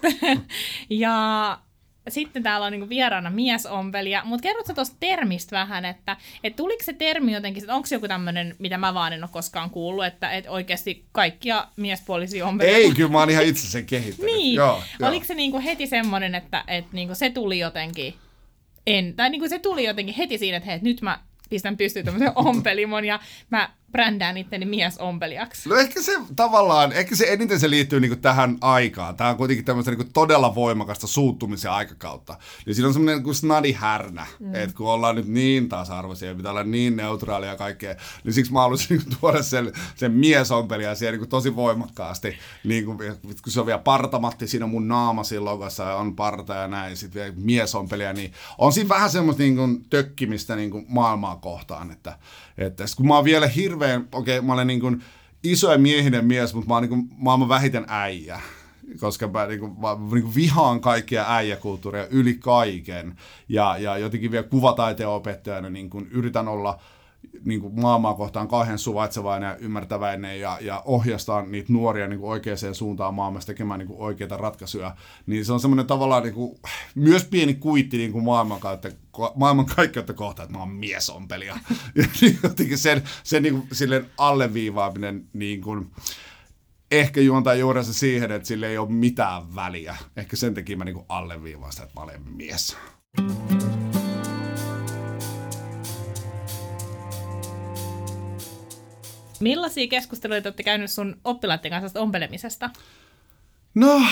Ja sitten täällä on niinku vieraana miesompelija. Mutta kerrotko tuosta termistä vähän, että tuliko se termi jotenkin, että onko se joku tämmöinen, mitä mä vaan en ole koskaan kuullut, että oikeasti kaikkia miespuolisia ompelijoita... Ei, kyllä mä oon ihan itse sen kehittänyt. Niin, joo. Oliko se niinku heti semmoinen, että niinku se tuli jotenkin... Tai niinku se tuli jotenkin heti siinä, että hei, nyt mä pistän pystyyn tämmöisen ompelimon ja mä brändään itteni miesompelijaksi. No ehkä se tavallaan, eniten se liittyy niinku tähän aikaan. Tämä on kuitenkin tämmöistä niinku todella voimakasta suuttumisen aikakautta. Ja siinä on semmoinen niinku snadi härnä, että kun ollaan nyt niin tasa-arvoisia ja pitää olla niin neutraalia ja kaikkea, niin siksi mä haluaisin niinku tuoda sen miesompelijan siihen niinku tosi voimakkaasti. Niinku, kun se on vielä partamatti siinä mun naamasin logossa ja on parta ja näin, sitten vielä miesompelija, niin on siinä vähän semmoista niinku tökkimistä niinku maailmaa kohtaan, että kun mä oon vielä mä olen niin kuin iso ja miehinen mies, mutta mä oon niin kuin maailman vähiten äijä, koska mä niin kuin vihaan kaikkia äijäkulttuuria yli kaiken, ja jotenkin vielä kuvataiteen opettajana niin kuin yritän olla niin kuin maailmaa kohtaan kauhean suvaitsevainen ja ymmärtäväinen ja ohjastaa niitä nuoria niin kuin oikeaan suuntaan maailmassa tekemään niin kuin oikeita ratkaisuja, niin se on semmoinen tavallaan niin kuin, myös pieni kuitti niin kuin maailmankaikkeutta kohtaan, että mä oon miesompelija. Ja jotenkin sen niin kuin, silleen alleviivaaminen niin kuin, ehkä juontaa juurensa siihen, että sille ei ole mitään väliä. Ehkä sen takia mä niin kuin alleviivaan sitä, että mä olen mies. Millaisia keskusteluja te olette käynyt sun oppilaiden kanssa ompelemisesta? No,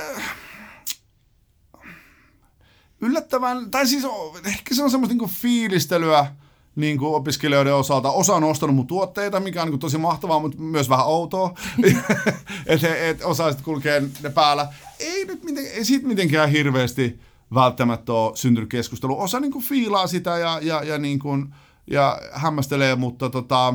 yllättävän, tai siis ehkä se on semmoista niinku fiilistelyä niinku opiskelijoiden osalta. Osa on ostanut mun tuotteita, mikä on niinku tosi mahtavaa, mutta myös vähän outoa. että osa sitten kulkee ne päällä. Ei siitä mitenkään hirveästi välttämättä ole syntynyt keskustelu. Osa niinku fiilaa sitä ja hämmästelee, mutta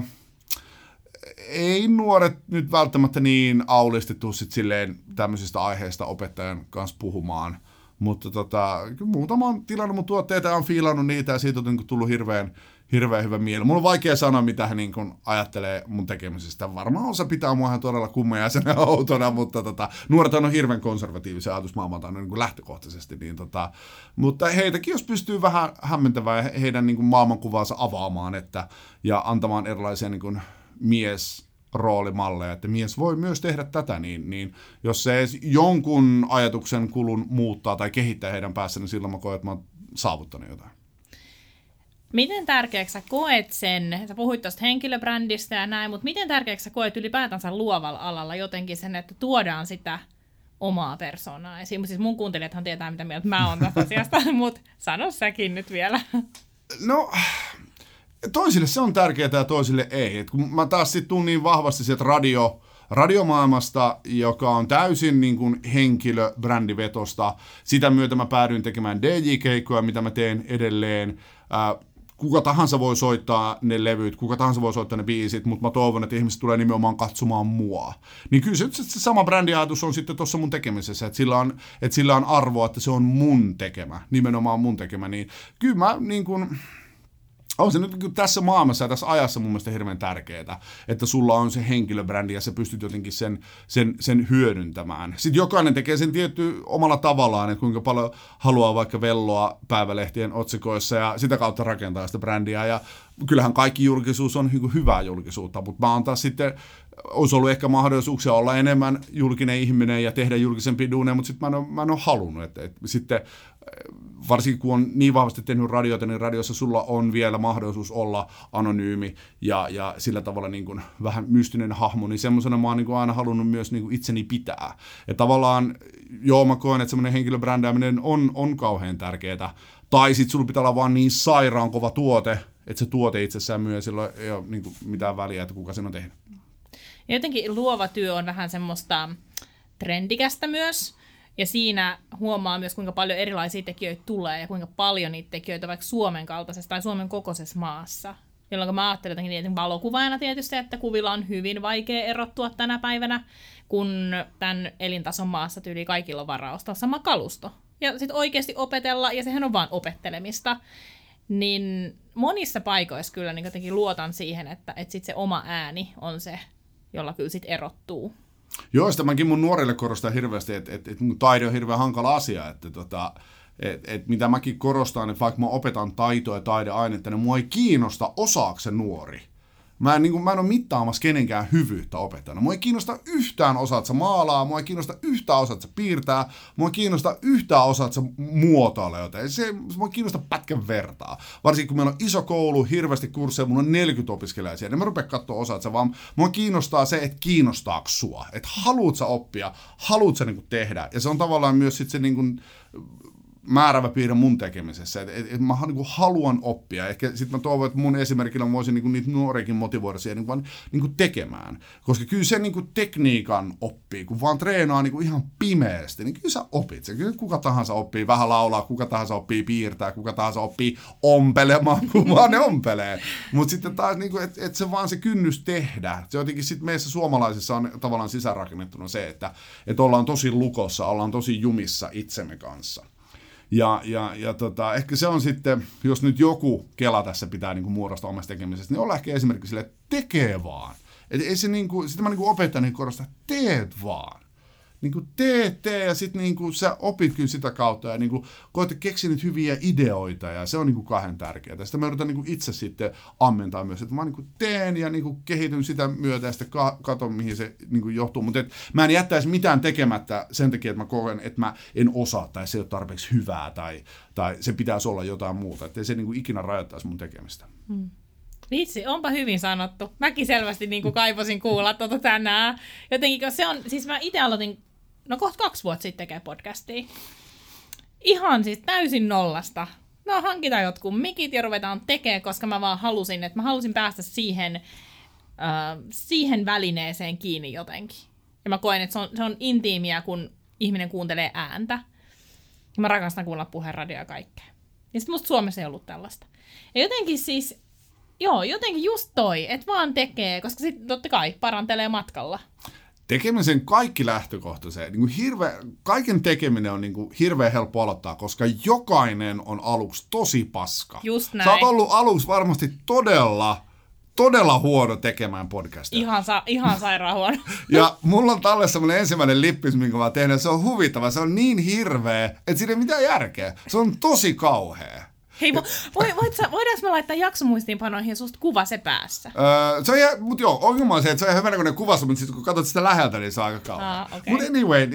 ei nuoret nyt välttämättä niin aulistettu sit silleen tämmöisistä aiheista opettajan kanssa puhumaan, mutta muutama on tilannut mun tuotteita ja on fiilannut niitä ja siitä on niin tullut hirveän hyvä mieli. Mulla on vaikea sanoa, mitä he niin ajattelee mun tekemisestä. Varmaan osa pitää mua ihan todella kummajaisena ja outona, mutta nuoret on hirveän konservatiivisia ajatusmaailmaltaan niin lähtökohtaisesti. Mutta heitäkin, jos pystyy vähän hämmentämään heidän niin maailmankuvaansa avaamaan ja antamaan erilaisia niin miesroolimalleja, että mies voi myös tehdä tätä, niin jos se jonkun ajatuksen kulun muuttaa tai kehittää heidän päässä, niin silloin mä koen, että mä oon saavuttanut jotain. Miten tärkeäksi sä koet sen, sä puhuit tuosta henkilöbrändistä ja näin, mutta miten tärkeäksi sä koet ylipäätänsä luovalla alalla jotenkin sen, että tuodaan sitä omaa persoonaa? Siis mun kuuntelijathan tietää, mitä mieltä mä oon tästä asiasta, mutta sano säkin nyt vielä. No, toisille se on tärkeää ja toisille ei. Et kun mä taas sit tuun niin vahvasti sieltä radiomaailmasta, joka on täysin niin kuin henkilöbrändivetosta. Sitä myötä mä päädyin tekemään DJ-keikkoja, mitä mä teen edelleen. Kuka tahansa voi soittaa ne levyt, kuka tahansa voi soittaa ne biisit, mutta mä toivon, että ihmiset tulee nimenomaan katsomaan mua. Niin kyllä se sama brändiajatus on sitten tuossa mun tekemisessä, että sillä on arvoa, että se on mun tekemä, nimenomaan mun tekemä. Niin kyllä mä niin kuin on se nyt tässä maailmassa ja tässä ajassa mun mielestä hirveän tärkeää, että sulla on se henkilöbrändi ja sä pystyt jotenkin sen hyödyntämään. Sitten jokainen tekee sen tietty omalla tavallaan, että kuinka paljon haluaa vaikka velloa päivälehtien otsikoissa ja sitä kautta rakentaa sitä brändiä. Ja kyllähän kaikki julkisuus on hyvää julkisuutta, mutta mä oon taas sitten, olisi ollut ehkä mahdollisuuksia olla enemmän julkinen ihminen ja tehdä julkisempi duuneja, mutta sitten mä en ole halunnut. Että sitten varsinkin kun on niin vahvasti tehnyt radioita, niin radiossa sulla on vielä mahdollisuus olla anonyymi ja sillä tavalla niin kuin vähän mystinen hahmo, niin semmoisena mä oon niin kuin aina halunnut myös niin kuin itseni pitää. Ja tavallaan, joo mä koen, että semmoinen henkilöbrändääminen on kauhean tärkeää, tai sitten sulla pitää olla vaan niin sairaan kova tuote, että se tuote itsessään myö, sillä ei ole niin kuin mitään väliä, että kuka sen on tehnyt. Ja jotenkin luova työ on vähän semmoista trendikästä myös. Ja siinä huomaa myös, kuinka paljon erilaisia tekijöitä tulee ja kuinka paljon niitä tekijöitä vaikka Suomen kaltaisessa tai Suomen kokoisessa maassa. Jolloin mä ajattelen jotenkin valokuvaajana tietysti, että kuvilla on hyvin vaikea erottua tänä päivänä, kun tämän elintason maassa tyyli kaikilla on varausta sama kalusto. Ja sitten oikeasti opetella, ja sehän on vaan opettelemista. Niin monissa paikoissa kyllä niin jotenkin luotan siihen, että sit se oma ääni on se, jolla kyllä sit erottuu. Joo, sitä mäkin mun nuorille korostan hirveästi, että taide on hirveän hankala asia, että mitä mäkin korostan, että vaikka mä opetan taitoa ja taideainetta, niin mua ei kiinnosta osaako se nuori. Mä en ole mittaamassa kenenkään hyvyyttä opettajana. Mua ei kiinnosta yhtään osaa, että sä maalaa, mua ei kiinnosta yhtään osaa, että sä piirtää, mua ei kiinnosta yhtään osaa, että sä muotoilee jotain. Mua ei kiinnosta pätkän vertaa. Varsinkin kun meillä on iso koulu, hirveästi kursseja, mulla on 40 opiskelijaa siellä, niin mä rupean katsoa osaa, että sä vaan mua kiinnostaa se, että kiinnostaako sua. Että haluut sä oppia, haluut sä niinku tehdä. Ja se on tavallaan myös sit se niinku määrävä piirre mun tekemisessä, että mä niin kuin haluan oppia. Ehkä sitten mä toivon, että mun esimerkillä voisin niin kuin niitä nuoriakin motivoida siihen niin kuin tekemään. Koska kyllä se niin kuin tekniikan oppii, kun vaan treenaa niin kuin ihan pimeästi, niin kyllä sä opit sen. Kyllä kuka tahansa oppii vähän laulaa, kuka tahansa oppii piirtää, kuka tahansa oppii ompelemaan, kun vaan ne ompelee. Mutta sitten taas, niin että se vaan se kynnys tehdä. Se jotenkin sitten meissä suomalaisissa on tavallaan sisäänrakennettuna se, että ollaan tosi lukossa, ollaan tosi jumissa itsemme kanssa. Ja ehkä se on sitten, jos nyt joku kela tässä pitää niinku muodostaa omasta tekemisestä, niin olla ehkä esimerkiksi sille, että tekee vaan. Et ei se niinku, sitä mä niinku opetan niin korostaa, teet vaan. Niinku tee ja sitten niinku sä opit kyllä sitä kautta ja niinku koet keksiä niitä hyviä ideoita ja se on niinku kahden tärkeää. Sitä mä yritän niinku itse sitten ammentaa myös, että mä niinku teen ja niinku kehityn sitä myötä ja sitten katon mihin se niinku johtuu. Mutta mä en jättäisi mitään tekemättä sen takia, että mä koen, että mä en osaa tai se ei ole tarpeeksi hyvää tai se pitäisi olla jotain muuta. Että ei se niinku ikinä rajoittaisi mun tekemistä. Vitsi, onpa hyvin sanottu. Mäkin selvästi niin kuin kaivosin kuulla tänään. Jotenkin, se on, siis mä itse aloitin, kohta 2 vuotta sitten tekee podcastia. Ihan siis täysin nollasta. No hankitaan jotkut mikit ja ruvetaan tekemään, koska mä vaan halusin päästä siihen välineeseen kiinni jotenkin. Ja mä koen, että se on intiimiä, kun ihminen kuuntelee ääntä. Ja mä rakastan kuulla puheenradioa ja kaikkea. Ja sit musta Suomessa ei ollut tällaista. Ja jotenkin siis, jotenkin just toi, että vaan tekee, koska sit totta kai parantelee matkalla. Tekemisen kaikki lähtökohtaiseen, kaiken tekeminen on hirveän helppo aloittaa, koska jokainen on aluksi tosi paska. Just näin. Sä oot ollut aluksi varmasti todella huono tekemään podcastia. Ihan sairaan huono. Ja mulla on tallessa semmoinen ensimmäinen lippis, minkä mä oon tehnyt, se on huvittava, se on niin hirveä, että siinä ei mitään järkeä. Se on tosi kauhea. Hei, voidaanko me laittaa jaksomuistiinpanoihin susta kuva se päässä? Mutta joo, ongelma on se, että se on ihan hyvänä, kun ne kuvassa, mutta sitten kun katsot sitä läheltä, niin se on aika kauan. Okay. Mutta anyway,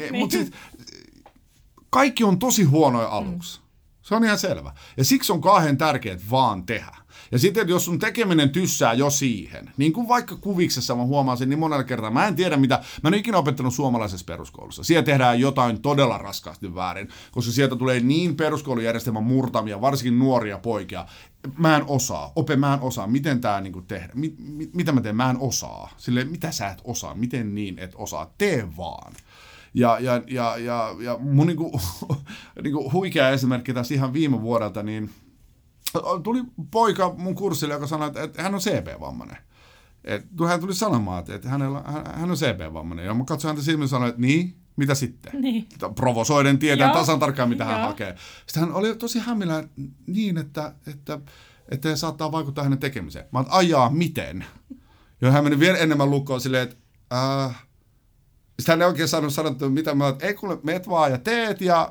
kaikki on tosi huonoja aluksi. Se on ihan selvä. Ja siksi on kauhean tärkeää vaan tehdä. Ja sitten, jos sun tekeminen tyssää jo siihen, niin kuin vaikka kuviksessa mä huomasin niin monella kertaa, mä en tiedä mitä, mä en ole ikinä opettanut suomalaisessa peruskoulussa. Siellä tehdään jotain todella raskaasti väärin, koska sieltä tulee niin peruskoulujärjestelmän murtamia, varsinkin nuoria poikia. Mä en osaa, miten tää niinku tehdä, mitä mä teen, mä en osaa. Silleen, mitä sä et osaa, miten niin et osaa, tee vaan. Ja mun niinku huikea esimerkki tässä ihan viime vuodelta, niin tuli poika mun kurssille, joka sanoi, että hän on CP-vammainen. Hän tuli sanomaan, että hän on CP-vammainen. Ja mä katsoin häntä silmiin ja sanoin, että niin, mitä sitten? Niin. Provosoiden tietää tasan tarkkaan, mitä hän hakee. Sitten hän oli tosi hämmillä niin, että saattaa vaikuttaa hänen tekemiseen. Mä oon, ajaa, miten? Ja hän meni vielä enemmän lukkoon silleen, että sitten hän ei oikein sanottu, mitä mä oon, ei kuule, meet vaan ja teet ja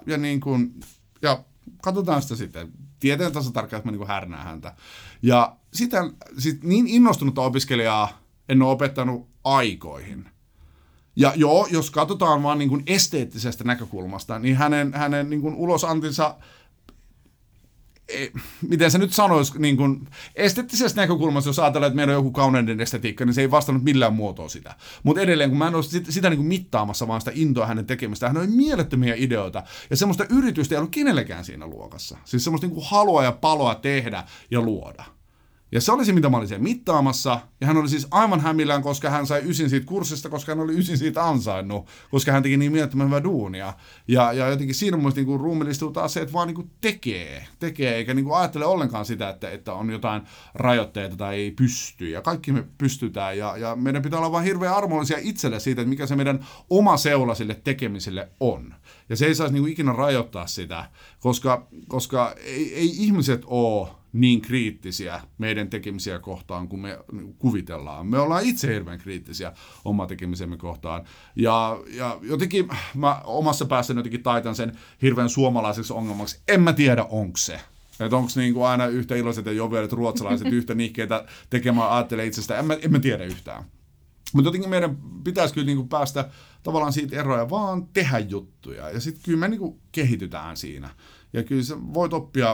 katsotaan sitä sitten. Tieteen tasan tarkkaan, että mä niin härnään häntä. Ja sitten niin innostunutta opiskelijaa en ole opettanut aikoihin. Ja joo, jos katsotaan vaan niin kuin esteettisestä näkökulmasta, niin hänen niin kuin ulosantinsa, miten se nyt sanoisi, niin kuin esteettisestä näkökulmasta, jos ajatellaan, että meillä on joku kauneuden estetiikka, niin se ei vastannut millään muotoa sitä. Mutta edelleen, kun mä en ole sitä niin kuin mittaamassa, vaan sitä intoa hänen tekemistä, hän oli mielettömiä ideoita, ja semmoista yritystä ei ollut kenellekään siinä luokassa. Siis semmoista niin kuin halua ja paloa tehdä ja luoda. Ja se oli se, mitä mä olin siellä mittaamassa, ja hän oli siis aivan hämillään, koska hän sai 9 siitä kurssista, koska hän oli 9 siitä ansainnut, koska hän teki niin mielettömän hyvää duunia. Ja jotenkin siinä mun mielestä niin ruumiillistuu taas se, että vaan niin tekee, eikä niin ajattele ollenkaan sitä, että on jotain rajoitteita tai ei pysty, ja kaikki me pystytään, ja meidän pitää olla vaan hirveän armollisia itselle siitä, että mikä se meidän oma seula sille tekemiselle on. Ja se ei saisi niin ikinä rajoittaa sitä, koska ei ihmiset ole niin kriittisiä meidän tekemisiä kohtaan, kun me kuvitellaan. Me ollaan itse hirveän kriittisiä oma tekemisemme kohtaan. Ja jotenkin mä omassa päässäni jotenkin taitan sen hirveän suomalaiseksi ongelmaksi. En mä tiedä, onko se. Että onko niinku aina yhtä iloiset ja jovialit ruotsalaiset yhtä nihkeitä tekemään ajattelee itsestään. En mä tiedä yhtään. Mutta jotenkin meidän pitäisi kyllä niinku päästä tavallaan siitä eroa ja vaan tehdä juttuja. Ja sitten kyllä me niinku kehitytään siinä. Ja kyllä sä voit oppia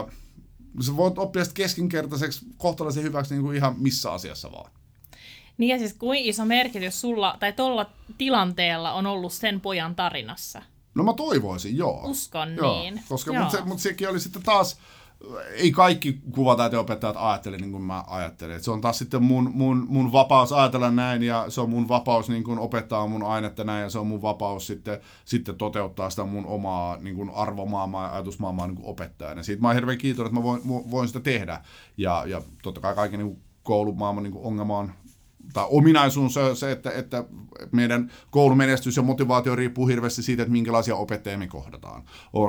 sitä keskinkertaiseksi, kohtalaisen hyväksi niin kuin ihan missä asiassa vaan. Niin ja siis kuinka iso merkitys sulla tai tuolla tilanteella on ollut sen pojan tarinassa? No mä toivoisin, joo. Uskon joo, niin. Mutta sekin oli sitten taas, ei kaikki kuvataiteen-opettajat ajattele niin kuin mä ajattelen. Et se on taas sitten mun vapaus ajatella näin, ja se on mun vapaus niin kuin opettaa mun ainetta näin, ja se on mun vapaus sitten toteuttaa sitä mun omaa niin kuin arvomaailmaa ja ajatusmaailmaa niin kuin opettajana. Siitä mä oon hirveän kiitollinen, että mä voin sitä tehdä. Ja totta kai kaiken niin kuin koulumaailman niin kuin ongelma on, tai ominaisuus on se, että meidän koulumenestys ja motivaatio riippuu hirveästi siitä, että minkälaisia opettajia me kohdataan.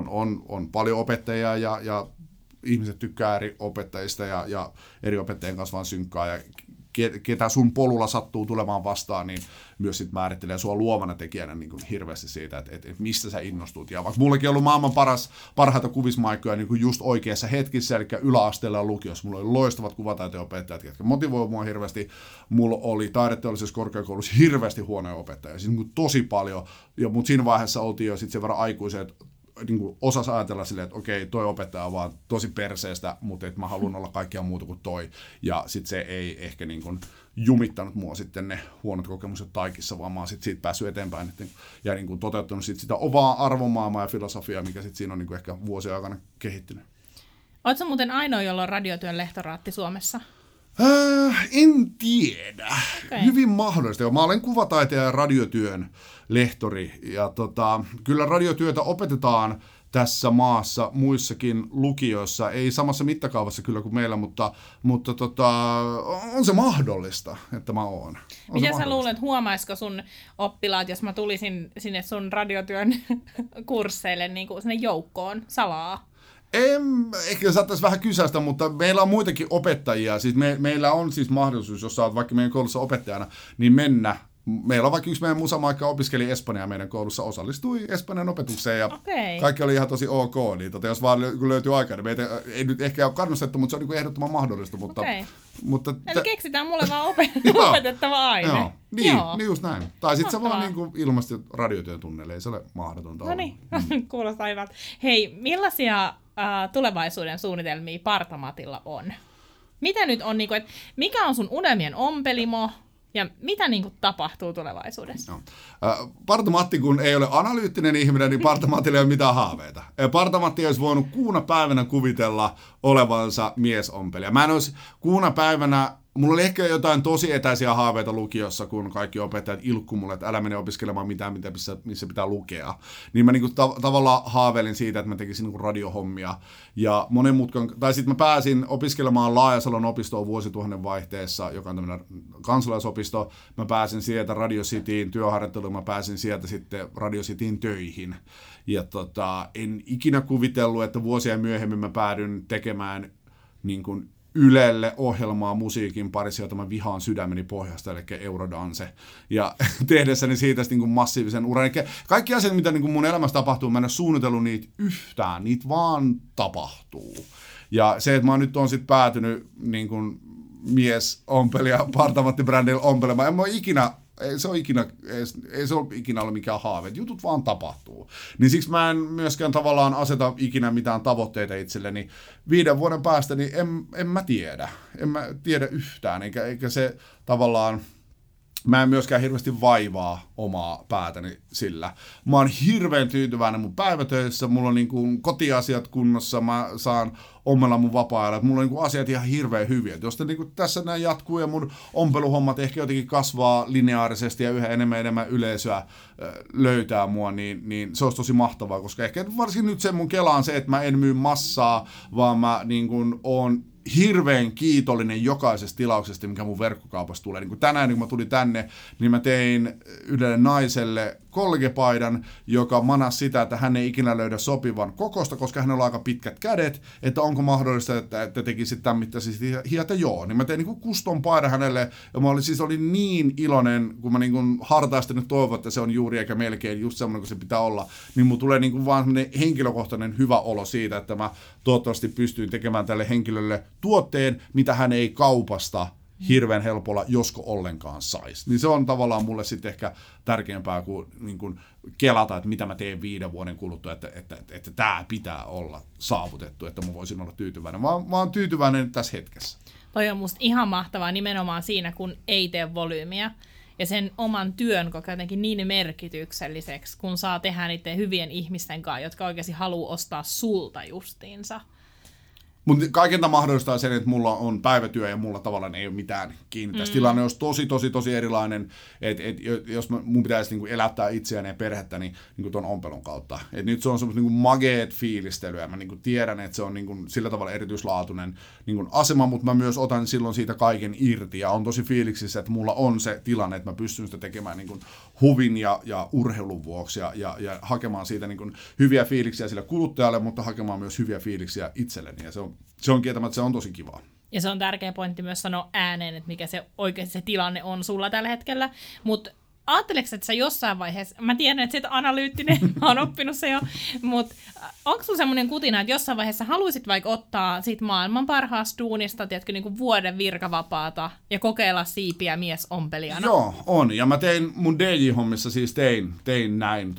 On paljon opettajia ja ihmiset tykkää eri opettajista ja eri opettajien kanssa vaan synkkaa, ja ketä sun polulla sattuu tulemaan vastaan, niin myös sit määrittelee sua luovana tekijänä niin kuin hirveästi siitä, että mistä sä innostut. Ja vaikka mullekin on ollut maailman parhaita kuvismaikkoja niin kuin just oikeassa hetkissä, eli yläasteella ja lukiossa. Mulla oli loistavat kuvataiteen-opettajat, jotka motivoivat mua hirveästi. Mulla oli taideteollisessa korkeakoulussa hirveästi huonoja opettajia, siis niin kuin tosi paljon, mutta siinä vaiheessa oltiin jo sit sen verran aikuisia, niin osasi ajatella silleen, että okei, toi opettaja on vaan tosi perseestä, mutta että mä haluan olla kaikkea muuta kuin toi. Ja sitten se ei ehkä niin kuin jumittanut mua sitten ne huonot kokemukset taikissa, vaan mä oon sitten siitä päässyt eteenpäin ja niin kuin toteuttanut sit sitä ovaa arvomaailmaa ja filosofiaa, mikä sitten siinä on niin kuin ehkä vuosien aikana kehittynyt. Oletko muuten ainoa, jolla on radiotyön lehtoraatti Suomessa? En tiedä. Okay. Hyvin mahdollista. Mä olen kuvataiteen ja radiotyön lehtori. Ja kyllä radiotyötä opetetaan tässä maassa muissakin lukioissa. Ei samassa mittakaavassa kyllä kuin meillä, mutta on se mahdollista, että mä oon. Miten sä luulet, huomaisiko sun oppilaat, jos mä tulisin sinne sun radiotyön kursseille niin kuin sinne joukkoon salaa? Ehkä saattaisi vähän kysäistä, mutta meillä on muitakin opettajia. Siis meillä on siis mahdollisuus, jos sä oot vaikka meidän koulussa opettajana, niin mennä. Meillä on vaikka yksi meidän musamaikka opiskeli Espanjaa meidän koulussa, osallistui Espanjan opetukseen ja kaikki oli ihan tosi ok. Niin jos vaan löytyy aikaa, niin meitä ei nyt ehkä ole kannustettu, mutta se on niin ehdottoman mahdollista. Mutta eli keksitään mulle vaan opetettava aine. Joo. Niin just näin. Tai sitten se vaan niin ilmasti radiotyön tunneille, ei se ole mahdotonta. No niin, kuulostaa hyvältä. Hei, millaisia tulevaisuuden suunnitelmia Partamatilla on? Mitä nyt on, niin kuin, että mikä on sun unelmien ompelimo ja mitä niin kuin, tapahtuu tulevaisuudessa? No. Parta-Matti, kun ei ole analyyttinen ihminen, niin Parta-Mattilla ei ole mitään haaveita. Parta-Matti olisi voinut kuuna päivänä kuvitella olevansa miesompelija. Mä en olisi kuuna päivänä. Mulla oli ehkä jotain tosi etäisiä haaveita lukiossa, kun kaikki opettajat ilkku mulle, että älä mene opiskelemaan mitään, missä pitää lukea. Niin mä niinku tavallaan haaveilin siitä, että mä tekisin niinku radiohommia. Ja monen mutkan, tai sitten mä pääsin opiskelemaan Laajasalon opistoon vuosituhannen vaihteessa, joka on tämmöinen kansalaisopisto. Mä pääsin sieltä Radio Cityin työharjoitteluun, mä pääsin sieltä sitten Radio Cityin töihin. Ja en ikinä kuvitellut, että vuosia myöhemmin mä päädyn tekemään niin kuin Ylelle ohjelmaa musiikin parissa, jota mä vihaan sydämeni pohjasta, eli Eurodance. Ja tehdessäni siitä niin kuin massiivisen uran. Eli kaikki asiat, mitä niin kuin mun elämässä tapahtuu, mä en ole suunnitellut niitä yhtään, niitä vaan tapahtuu. Ja se, että mä nyt on sitten päätynyt niin kuin mies-ompelija, Parta-Matti-brändillä ompelemaan, en mä ole ikinä. Ei se ole ikinä ollut mikään haave, jutut vaan tapahtuu. Niin siksi mä en myöskään tavallaan aseta ikinä mitään tavoitteita itselleni. 5 vuoden päästä, niin en mä tiedä. En mä tiedä yhtään, eikä se tavallaan. Mä en myöskään hirveästi vaivaa omaa päätäni sillä. Mä oon hirveän tyytyväinen mun päivätöissä, mulla on niin kuin kotiasiat kunnossa, mä saan ommella mun vapaa-ajalla, että mulla on niin kuin asiat ihan hirveän hyviä. Et jos niin kuin tässä näin jatkuu ja mun ompeluhommat ehkä jotenkin kasvaa lineaarisesti ja yhä enemmän yleisöä löytää mua, niin se olisi tosi mahtavaa, koska ehkä varsinkin nyt se mun kela on se, että mä en myy massaa, vaan mä niin kuin oon hirveän kiitollinen jokaisesta tilauksesta, mikä mun verkkokaupassa tulee. Niin kuin tänään, kun mä tulin tänne, niin mä tein yhdelle naiselle kollegepaidan, joka manasi sitä, että hän ei ikinä löydä sopivan kokosta, koska hänellä on aika pitkät kädet, että onko mahdollista, että tekisit tämän mittaisesti hiata joo. Niin mä tein niin custom paidan hänelle, ja mä olin niin iloinen, kun mä niin hartaasti nyt toivon, että se on juuri eikä melkein just semmoinen kuin se pitää olla, niin mun tulee niin vaan semmoinen henkilökohtainen hyvä olo siitä, että mä toivottavasti pystyin tekemään tälle henkilölle tuotteen, mitä hän ei kaupasta hirveän helpolla, josko ollenkaan saisi. Niin se on tavallaan mulle sitten ehkä tärkeämpää kuin, kelata, että mitä mä teen 5 vuoden kuluttua, että tämä pitää olla saavutettu, että mä voisin olla tyytyväinen. Mä oon tyytyväinen tässä hetkessä. Toi on musta ihan mahtavaa nimenomaan siinä, kun ei tee volyymiä. Ja sen oman työn koko jotenkin niin merkitykselliseksi, kun saa tehdä niiden hyvien ihmisten kanssa, jotka oikeasti haluaa ostaa sulta justiinsa. Mutta kaikenta mahdollistaa sen, että mulla on päivätyö ja mulla tavallaan ei ole mitään kiinni. Tässä tilanne olisi tosi erilainen, että jos mun pitäisi niinku elättää itseäni ja perhettäni niinku ton ompelun kautta. Et nyt se on semmoista niinku mageet fiilistelyä. Mä niinku tiedän, että se on niinku sillä tavalla erityislaatuinen niinku asema, mutta mä myös otan silloin siitä kaiken irti. Ja on tosi fiiliksissä, että mulla on se tilanne, että mä pystyn sitä tekemään niinku huvin ja urheilun vuoksi ja hakemaan siitä niinku hyviä fiiliksiä sille kuluttajalle, mutta hakemaan myös hyviä fiiliksiä itselleni. Ja se on kieltämättä, se on tosi kivaa. Ja se on tärkeä pointti myös sanoa ääneen, että mikä se oikeasti se tilanne on sulla tällä hetkellä. Mutta ajatteleksä, että sä jossain vaiheessa, mä tiedän, että sä et analyyttinen, mä oon oppinut se jo, mutta onko sulla semmoinen kutina, että jossain vaiheessa haluaisit vaikka ottaa siitä maailman parhaasta duunista, tiedätkö, niin kuin vuoden virkavapaata ja kokeilla siipiä miesompelijana? Joo, on. Ja mä tein mun DJ-hommissa, siis tein näin.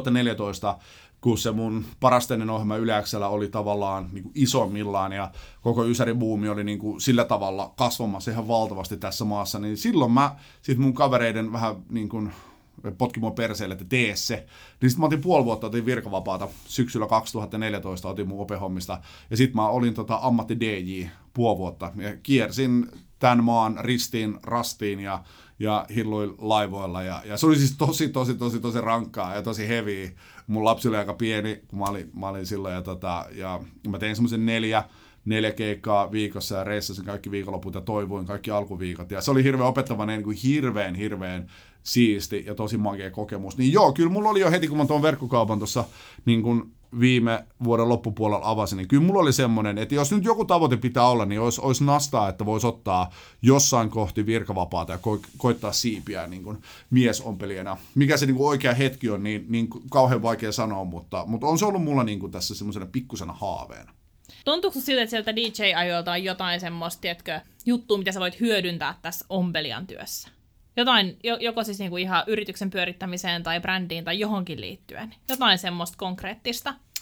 2014 kun se mun parasteinen ohjelma Yle X:llä oli tavallaan niin kuin isommillaan ja koko Ysäri-buumi oli niin kuin sillä tavalla kasvamassa ihan valtavasti tässä maassa, niin silloin mä sit mun kavereiden vähän niin kuin potki mua perseelle, että tee se. Niin sit mä otin 5 vuotta, otin virkavapaata. Syksyllä 2014 otin mun opehommista. Ja sit mä olin ammatti-DJ 5 vuotta. Ja kiersin tämän maan ristiin, rastiin ja hilluin laivoilla. Ja se oli siis tosi rankkaa ja tosi heviä. Mun lapsi oli aika pieni, kun mä olin silloin. Ja mä tein semmoisen 4 keikkaa viikossa ja reissasin kaikki viikonloput ja toivuin kaikki alkuviikot. Ja se oli hirveän opettavainen, niin kuin hirveän siisti ja tosi makea kokemus. Niin joo, kyllä mulla oli jo heti, kun mä tuon verkkokaupan tuossa niin kuin viime vuoden loppupuolella avasin, niin kyllä mulla oli semmoinen, että jos nyt joku tavoite pitää olla, niin olisi nastaa, että voisi ottaa jossain kohti virkavapaata ja koittaa siipiä niin kuin miesompelijana. Mikä se niin kuin oikea hetki on, niin kauhean vaikea sanoa, mutta on se ollut mulla niin kuin tässä semmoisena pikkusena haaveena. Tuntuuko siltä, että sieltä DJ-ajoilta on jotain semmoista, tiedätkö, juttua, mitä sä voit hyödyntää tässä ompelijan työssä? Jotain, joko siis niinku ihan yrityksen pyörittämiseen tai brändiin tai johonkin liittyen. Jotain semmoista konkreettista.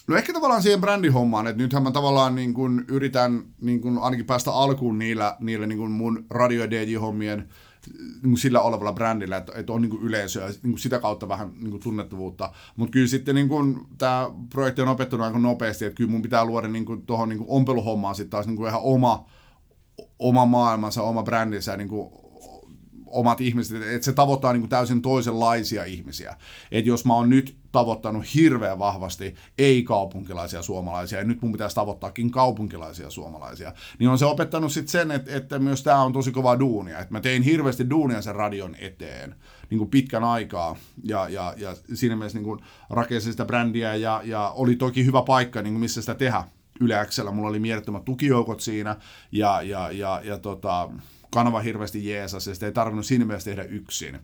No ehkä tavallaan siihen brändihommaan, että nythän mä tavallaan niin kuin yritän niin kuin ainakin päästä alkuun niillä niin kuin mun radio- ja DJ-hommien niin sillä olevalla brändillä, että on niin kuin yleisöä ja niin kuin sitä kautta vähän niin kuin tunnettavuutta. Mutta kyllä sitten niin kuin, tämä projekti on opettanut aika nopeasti, että kyllä mun pitää luoda niin kuin, tuohon niin kuin ompeluhommaan sitten taas niin kuin ihan oma maailmansa, oma brändinsä ja niin kuin omat ihmiset, että se tavoittaa niin kuin täysin toisenlaisia ihmisiä. Että jos mä oon nyt tavoittanut hirveän vahvasti ei-kaupunkilaisia suomalaisia, ja nyt mun pitäisi tavoittaakin kaupunkilaisia suomalaisia, niin on se opettanut sitten sen, että myös tämä on tosi kova duunia. Että mä tein hirveästi duunia sen radion eteen niin kuin pitkän aikaa, ja siinä mielessä niin kuin rakensin sitä brändiä, ja oli toki hyvä paikka, niin kuin missä sitä tehdä. Yle X:llä mulla oli mielettömät tukijoukot siinä, ja kanava hirveästi jeesasi, ja sitä ei tarvinnut siinä mielessä tehdä yksin.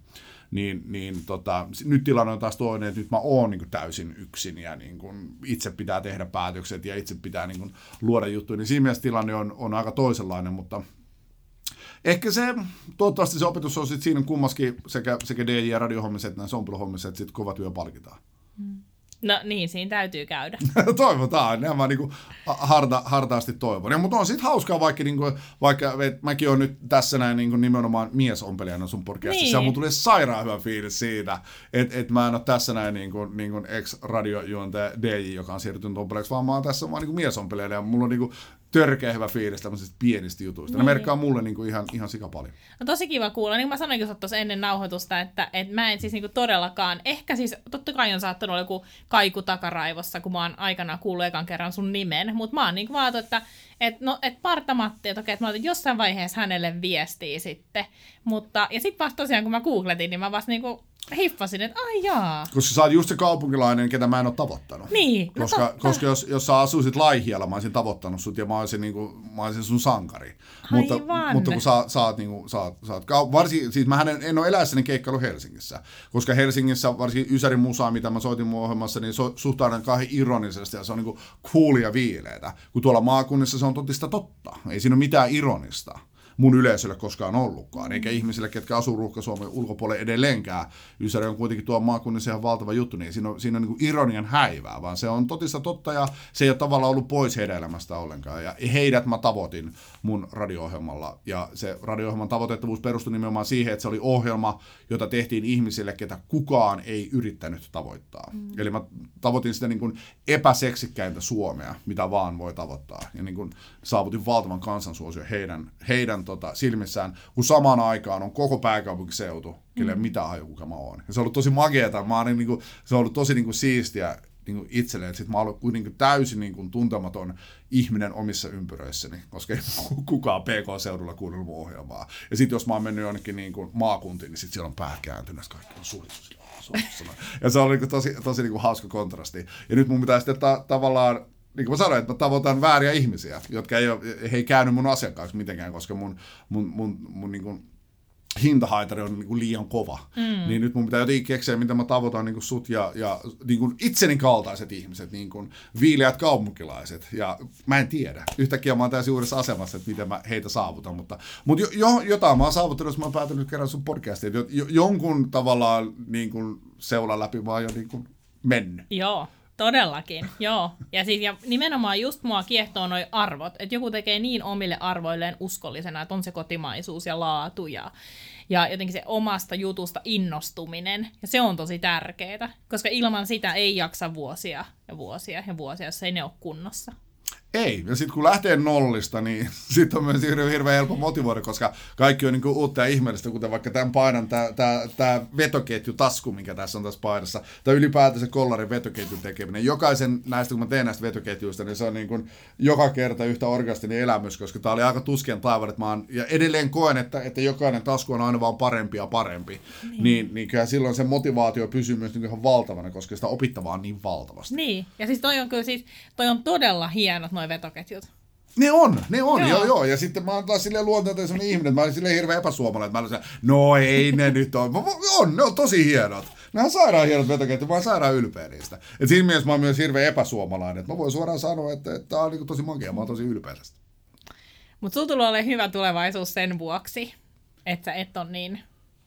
Nyt tilanne on taas toinen, että nyt mä oon niin kuin täysin yksin, ja niin kuin itse pitää tehdä päätökset, ja itse pitää niin kuin luoda juttuja, niin siinä mielessä tilanne on aika toisenlainen, mutta ehkä toivottavasti se opetus on sitten siinä kummaskin sekä DJ- ja radiohommissa, että näissä ompeluhommissa, että sitten kova työ palkitaan. No niin, siinä täytyy käydä. Toivotaan, nämä mä niinku hartaasti toivon. Mutta on sitten hauskaa, vaikka mäkin olen nyt tässä näin niinku nimenomaan miesompelijana sun podcastissa, niin. Ja mun tulee sairaan hyvä fiilis siitä, että mä en ole tässä näin niinku ex-radiojuontaja DJ, joka on siirtynyt ompelijaksi, vaan mä oon tässä vaan niinku miesompelijana, ja mulla on niinku törkeä hyvä fiilis tämmöisistä pienistä jutuista. Ne merkkaa mulle niinku ihan sika paljon. No tosi kiva kuulla. Niin kuin mä sanoinkin tuossa ennen nauhoitusta, että mä en siis niinku todellakaan, ehkä siis totta kai on saattanut olla joku kaiku takaraivossa, kun mä oon aikanaan kuullut ekan kerran sun nimen, mutta mä oon niinku vaan että Parta-Matti, että okei, että mä otin jossain vaiheessa hänelle viestiä sitten. Ja sitten vasta tosiaan, kun mä googletin, niin mä vasta niinku hiffasin, että ai jaa. Koska sä oot just se kaupunkilainen, ketä mä en ole tavoittanut. Niin, koska jos sä asuisit Laihialla, mä olisin tavoittanut sut ja mä olisin sun sankari. Mutta kun varsinkin, siis mä en ole eläessäni keikkailu Helsingissä, koska Helsingissä varsinkin Ysärin musaa, mitä mä soitin mun ohjelmassa, niin suhtaudun kauhean ironisesti ja se on niinku cool ja viileitä. Kun tuolla maakunnissa se on totista totta. Ei siinä ole mitään ironista mun yleisölle koskaan ollutkaan, eikä ihmisille, ketkä asuu Ruuhka-Suomen ulkopuolelle edelleenkään. Ysäri on kuitenkin tuo maakunnissa ihan valtava juttu, niin siinä on niin kuin ironian häivää, vaan se on totista totta, ja se ei ole tavallaan ollut pois heidän elämästä ollenkaan. Ja heidät mä tavoitin mun radio-ohjelmalla, ja se radio-ohjelman tavoitettavuus perustui nimenomaan siihen, että se oli ohjelma, jota tehtiin ihmisille, ketä kukaan ei yrittänyt tavoittaa. Eli mä tavoitin sitä niin kuin epäseksikkäintä Suomea, mitä vaan voi tavoittaa, ja niin kuin saavutin valtavan kansansuosion heidän silmissään, kun samaan aikaan on koko pääkaupunkiseutu, kelle mitään haju, kuka mä oon. Ja se on ollut tosi makeata, se on ollut tosi niin kuin siistiä niin kuin itselleen, että sit mä oon ollut niin kuin täysin niin kuin tuntematon ihminen omissa ympyröissäni, koska ei kukaan PK-seudulla kuunnellut mun ohjelmaa. Ja sitten jos mä oon mennyt jonnekin niin kuin maakuntiin, niin sitten siellä on päät kääntynyt, kaikki on suunniteltu. Ja se on niin kuin tosi niin kuin hauska kontrasti. Ja nyt mun pitää sitten tavallaan, niin kuin mä sanoin, että mä tavoitan vääriä ihmisiä, jotka ei käynyt mun asiakkaaksi mitenkään, koska mun niin kuin hintahaitari on niin kuin liian kova. Niin nyt mun pitää jotenkin keksiä, miten mä tavoitan niin kuin sut ja niin kuin itseni kaltaiset ihmiset, niin kuin viileät kaupunkilaiset. Ja mä en tiedä. Yhtäkkiä mä oon täysin uudessa asemassa, että miten mä heitä saavutan. Mutta jotain mä oon saavuttanut, jos mä oon päätynyt kerran sun podcastiin. Jonkun tavallaan niin kuin seulan läpi mä oon jo niin kuin mennyt. Joo. Todellakin, joo. Ja nimenomaan just mua kiehtoo noi arvot, että joku tekee niin omille arvoilleen uskollisena, että on se kotimaisuus ja laatu ja jotenkin se omasta jutusta innostuminen. Ja se on tosi tärkeää, koska ilman sitä ei jaksa vuosia ja vuosia ja vuosia, jos ei ne ole kunnossa. Ei, ja sitten kun lähtee nollista, niin sitten on myös hirveän helppo motivoida, koska kaikki on niin kuin uutta ja ihmeellistä, kuten vaikka tämän paidan, tämä vetoketjutasku, mikä tässä on tässä paidassa, tai ylipäätänsä kollarin vetoketjun tekeminen. Jokaisen näistä, kun mä teen näistä vetoketjuista, niin se on niin kuin joka kerta yhtä orgastinen elämys, koska tämä oli aika tuskien taivaan, että ja edelleen koen, että jokainen tasku on aina vaan parempi ja parempi. Niin kyllä silloin se motivaatio pysyy myös niin ihan valtavana, koska sitä opittavaa on niin valtavasti. Niin, ja siis toi on todella hienot noi vetoketjut. Ne on, joo. Ja sitten mä oon taas silleen luonteeltaan sellainen ihminen, että mä olin silleen hirveän epäsuomalainen, että mä olin silleen, no ei ne nyt on. Ne on tosi hienot. Ne on sairaan hienot vetoketjut, mä oon sairaan ylpeä niistä. Et siinä mielessä mä oon myös hirveän epäsuomalainen, että mä voin suoraan sanoa, että tää on niin tosi makea, mä oon tosi ylpeä tästä. Mut sulla tulee olemaan hyvä tulevaisuus sen vuoksi, että sä et on niin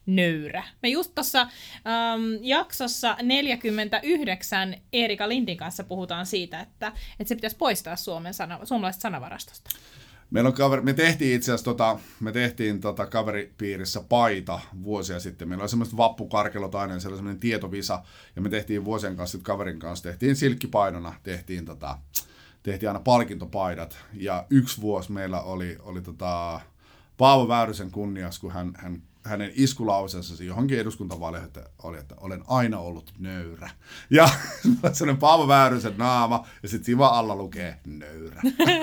nöyrä? Me just tuossa jaksossa 49 Erika Lindin kanssa puhutaan siitä, että se pitäisi poistaa suomalaisesta sanavarastosta. Meillä on me tehtiin itse asiassa kaveripiirissä paita vuosia sitten. Meillä oli semmoiset vappukarkelot aina, siellä oli semmoinen tietovisa, ja me tehtiin vuosien kanssa kaverin kanssa, tehtiin silkkipainona, tehtiin aina palkintopaidat, ja yksi vuosi meillä oli Paavo Väyrysen kunnias, kun hänen iskulauseensa johonkin eduskuntavaaleihin oli, että olen aina ollut nöyrä. Ja sellainen Paavo Väyrysen naama, ja sitten siinä alla lukee nöyrä.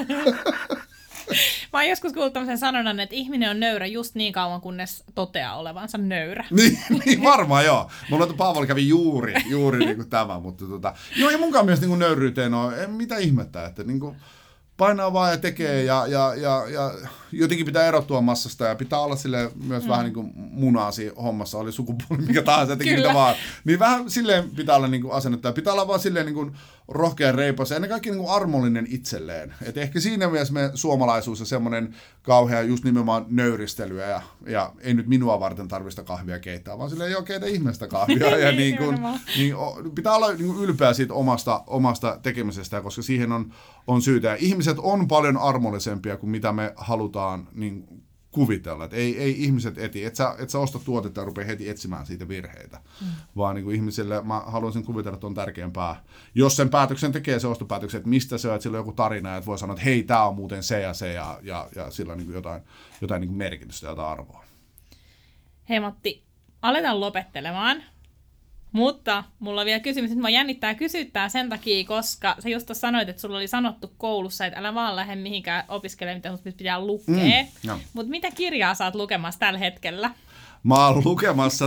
Mä oon joskus kuullut tämmöisen sanonnan, että ihminen on nöyrä just niin kauan, kunnes toteaa olevansa nöyrä. niin varmaan joo. Mä luulen, että Paavolla kävi juuri niin kuin tämä, mutta joo, ei munkaan mielestä niin nöyryyteen ole, mitä ihmettä, että niin kuin painaa vaan ja tekee ja jotenkin pitää erottua massasta ja pitää olla silleen myös vähän niin kuin munaa siinä hommassa, oli sukupuoli mikä tahansa, teki mitä vaan. Niin vähän silleen pitää olla niin kuin asennetta ja pitää olla vaan silleen niin kuin rohkea reipas ja ennen kaikkea niin kuin armollinen itselleen. Et ehkä siinä mielessä me suomalaisuus on semmoinen kauhea just nimenomaan nöyristelyä ja ei nyt minua varten tarvista kahvia keittää, vaan silleen joo, keitä ihmeestä kahvia ja niin pitää olla niin kuin ylpeä siitä omasta tekemisestä, koska siihen on syytä. Ja ihmiset on paljon armollisempia kuin mitä me halutaan niin kuvitella. Et ei ihmiset et sä osta tuotetta ja rupea heti etsimään siitä virheitä. Vaan niin kuin ihmisille mä haluaisin kuvitella, että on tärkeämpää. Jos sen päätöksen tekee se ostopäätöksen, että mistä se on, että sillä on joku tarina, että voi sanoa, että hei, tää on muuten se ja se ja sillä on niin kuin jotain niin kuin merkitystä ja jotain arvoa. Hei Matti, aletaan lopettelemaan. Mutta mulla on vielä kysymys, että mä jännittää kysyttää sen takia, koska sä just sanoit, että sulla oli sanottu koulussa, että älä vaan lähde mihinkään opiskelemaan, mitä sun pitää lukea. Mutta mitä kirjaa sä oot lukemassa tällä hetkellä? Mä oon lukemassa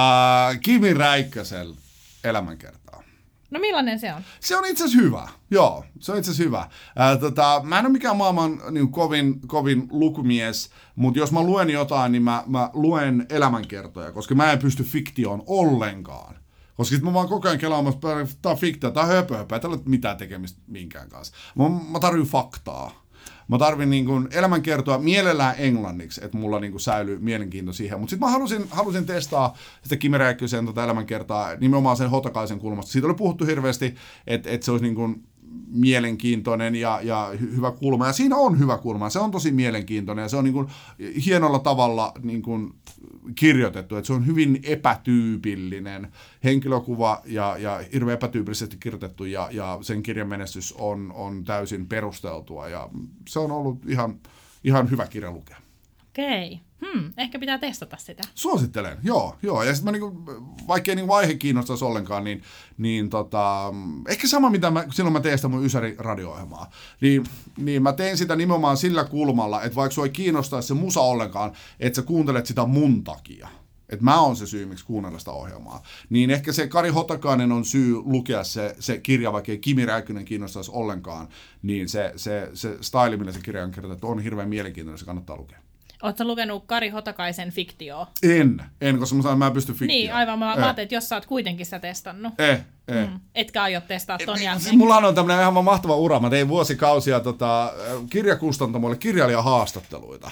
Kimi Räikkösen elämänkertaa. No millainen se on? Se on itse asiassa hyvä. Joo, se on itse asiassa hyvä. Mä en ole mikään maailman niin kovin lukumies, mutta jos mä luen jotain, niin mä luen elämänkertoja, koska mä en pysty fiktioon ollenkaan. Koska sitten mä vaan koko ajan kelaamassa, että tää on fiktio, tää on höpö, ei tällä ole mitään tekemistä minkään kanssa. Mä tarvitsen faktaa. Mä tarvin niin kuin elämänkertoa mielellään englanniksi, että mulla niin kuin säilyy mielenkiinto siihen. Mutta sitten mä halusin testaa sitä Kimi Räikkösen elämänkertaa nimenomaan sen Hotakaisen kulmasta. Siitä oli puhuttu hirveästi, että se olisi niin kuin mielenkiintoinen ja hyvä kulma. Ja siinä on hyvä kulma. Se on tosi mielenkiintoinen ja se on niin kuin hienolla tavalla niin kuin kirjoitettu. Että se on hyvin epätyypillinen henkilökuva ja hirveän epätyypillisesti kirjoitettu ja sen kirjan menestys on täysin perusteltua. Ja se on ollut ihan hyvä kirja lukea. Okei. Ehkä pitää testata sitä. Suosittelen, joo. Ja sitten vaikkei niin aihe kiinnostaisi ollenkaan, niin ehkä sama, mitä silloin mä tein sitä mun Ysäri radio-ohjelmaa. Niin mä tein sitä nimenomaan sillä kulmalla, että vaikka sua ei kiinnostaisi se musa ollenkaan, että sä kuuntelet sitä mun takia. Että mä oon se syy, miksi kuunnella sitä ohjelmaa. Niin ehkä se Kari Hotakainen on syy lukea se kirja, vaikka ei Kimi Räikkönen kiinnostaisi ollenkaan, niin se style, millä se kirja on kirjoitettu, on hirveän mielenkiintoinen, se kannattaa lukea. Ootko lukenut Kari Hotakaisen fiktioa? En, koska mä en pysty fiktioon. Niin, aivan. Mä ajattelin, että jos sä oot kuitenkin sitä testannut. Etkä aio testaa ton jälkeen. Mullahan on tämmönen ihan mahtava ura. Mä tein vuosikausia kirjakustantamoille kirjailijahaastatteluita.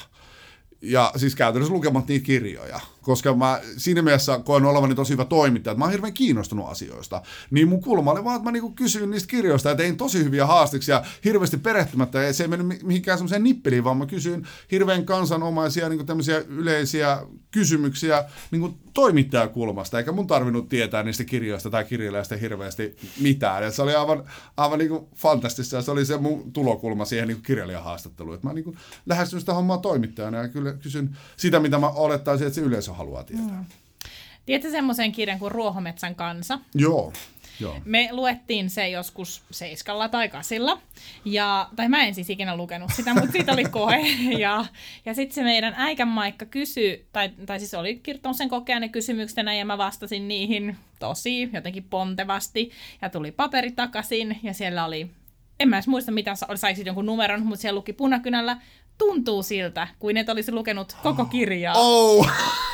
Ja siis käytännössä lukemat niitä kirjoja, koska mä siinä mielessä koen olevani tosi hyvä toimittaja, että mä oon hirveän kiinnostunut asioista. Niin mun kulma oli vaan, että mä niinku kysyin niistä kirjoista ja tein tosi hyviä haastiksia hirveästi perehtymättä. Ja se ei mennyt mihinkään semmoiseen nippeliin, vaan mä kysyin hirveän kansanomaisia niinku tämmöisiä yleisiä kysymyksiä niinku toimittajakulmasta. Eikä mun tarvinnut tietää niistä kirjoista tai kirjailijasta hirveästi mitään. Ja se oli aivan niinku fantastista ja se oli se mun tulokulma siihen niinku kirjailijahaastatteluun. Että mä niinku lähestyn sitä hommaa toimittajana ja kyllä kysyn sitä, mitä mä olettaisin, että se yleisö haluaa tietää. Tiedätkö semmoisen kirjan kuin Ruohometsän kansa? Joo. Me luettiin se joskus 7 tai 8, tai mä en siis ikinä lukenut sitä, mutta siitä oli koe. Ja sitten se meidän äikän Maikka kysyi, tai siis oli kirjoittanut sen kokeen kysymyksenä, ja mä vastasin niihin tosi jotenkin pontevasti, ja tuli paperi takaisin, ja siellä oli, en mä edes muista mitä, saisit jonkun numeron, mutta siellä luki punakynällä, tuntuu siltä, kuin et olisi lukenut koko kirjaa. Oh.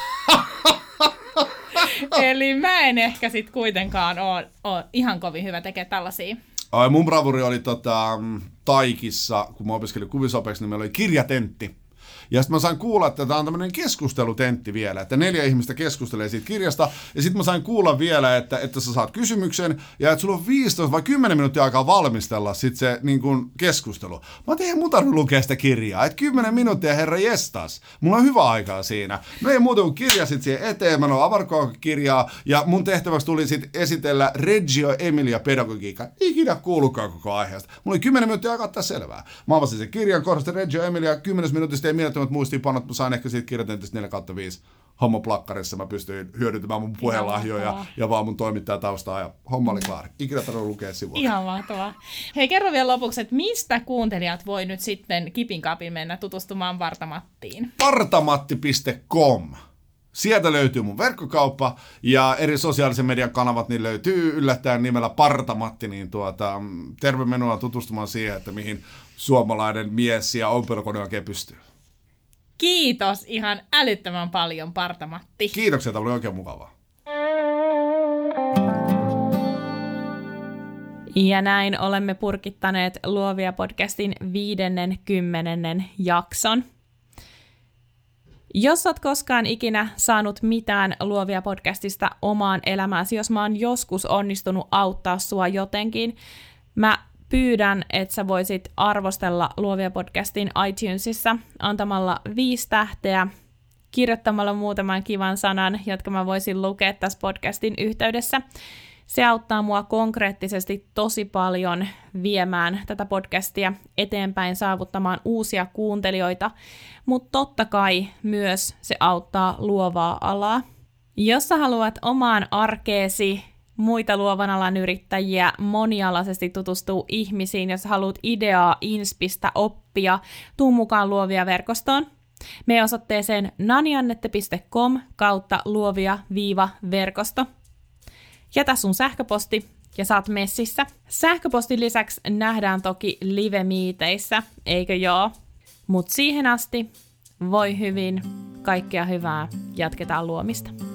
Eli mä en ehkä sit kuitenkaan ole ihan kovin hyvä tekemään tällaisia. Mun bravuri oli Taikissa, kun mä opiskelin kuvisopeksi, niin meillä oli kirjatentti. Ja sitten mä sain kuulla, että tämä on tämmöinen keskustelutentti vielä, että 4 ihmistä keskustelee siitä kirjasta. Ja sitten mä sain kuulla vielä, että sä saat kysymyksen ja että sulla on 15 vai 10 minuuttia aikaa valmistella sitten se niin kuin keskustelu. Mä tein mun tarvitse lukea sitä kirjaa, että 10 minuuttia herra jestas. Mulla on hyvä aikaa siinä. No ei muuta kuin kirja sitten siihen eteen, mä oon avarkokirjaa ja mun tehtäväksi tuli sitten esitellä Reggio Emilia pedagogiikka. Ikinä kuulukaan koko aiheesta. Mulla oli 10 minuuttia aikaa ottaa selvää. Mä avasin sen kirjan, kohdasta Reggio Emilia, 10 minuutista ei mielettömät muistiinpanot, mä sain ehkä siitä kirjatentistä 4/5 hommoplakkarissa. Mä pystyin hyödyntämään mun puhelahjoja ja vaan mun toimittajataustaa ja homma oli klaari. Ikinä tarvitse lukea sivua. Ihan mahtavaa. Hei, kerro vielä lopuksi, että mistä kuuntelijat voi nyt sitten kipin kapin mennä tutustumaan Partamattiin? Partamatti.com. Sieltä löytyy mun verkkokauppa ja eri sosiaalisen median kanavat niin löytyy yllättäen nimellä Partamatti, niin terve menua tutustumaan siihen, että mihin suomalainen mies ja ompelukone oikein pystyy. Kiitos ihan älyttömän paljon, Partamatti. Kiitoksia, tämä oli oikein mukavaa. Ja näin olemme purkittaneet Luovia podcastin 50. jakson. Jos oot koskaan ikinä saanut mitään Luovia podcastista omaan elämääsi, jos mä oon joskus onnistunut auttaa sua jotenkin, mä pyydän, että sä voisit arvostella Luovia podcastin iTunesissa antamalla 5 tähteä, kirjoittamalla muutaman kivan sanan, jotka mä voisin lukea tässä podcastin yhteydessä. Se auttaa mua konkreettisesti tosi paljon viemään tätä podcastia eteenpäin, saavuttamaan uusia kuuntelijoita, mutta totta kai myös se auttaa luovaa alaa. Jos sä haluat omaan arkeesi muita luovan alan yrittäjiä monialaisesti tutustua ihmisiin, jos haluat ideaa, inspistä, oppia, tuu mukaan Luovia verkostoon. Mene osoitteeseen naniannette.com/luovia-verkosto. Jätä sun sähköposti ja saat messissä. Sähköpostin lisäksi nähdään toki live-miiteissä, eikö joo? Mut siihen asti, voi hyvin, kaikkea hyvää, jatketaan luomista.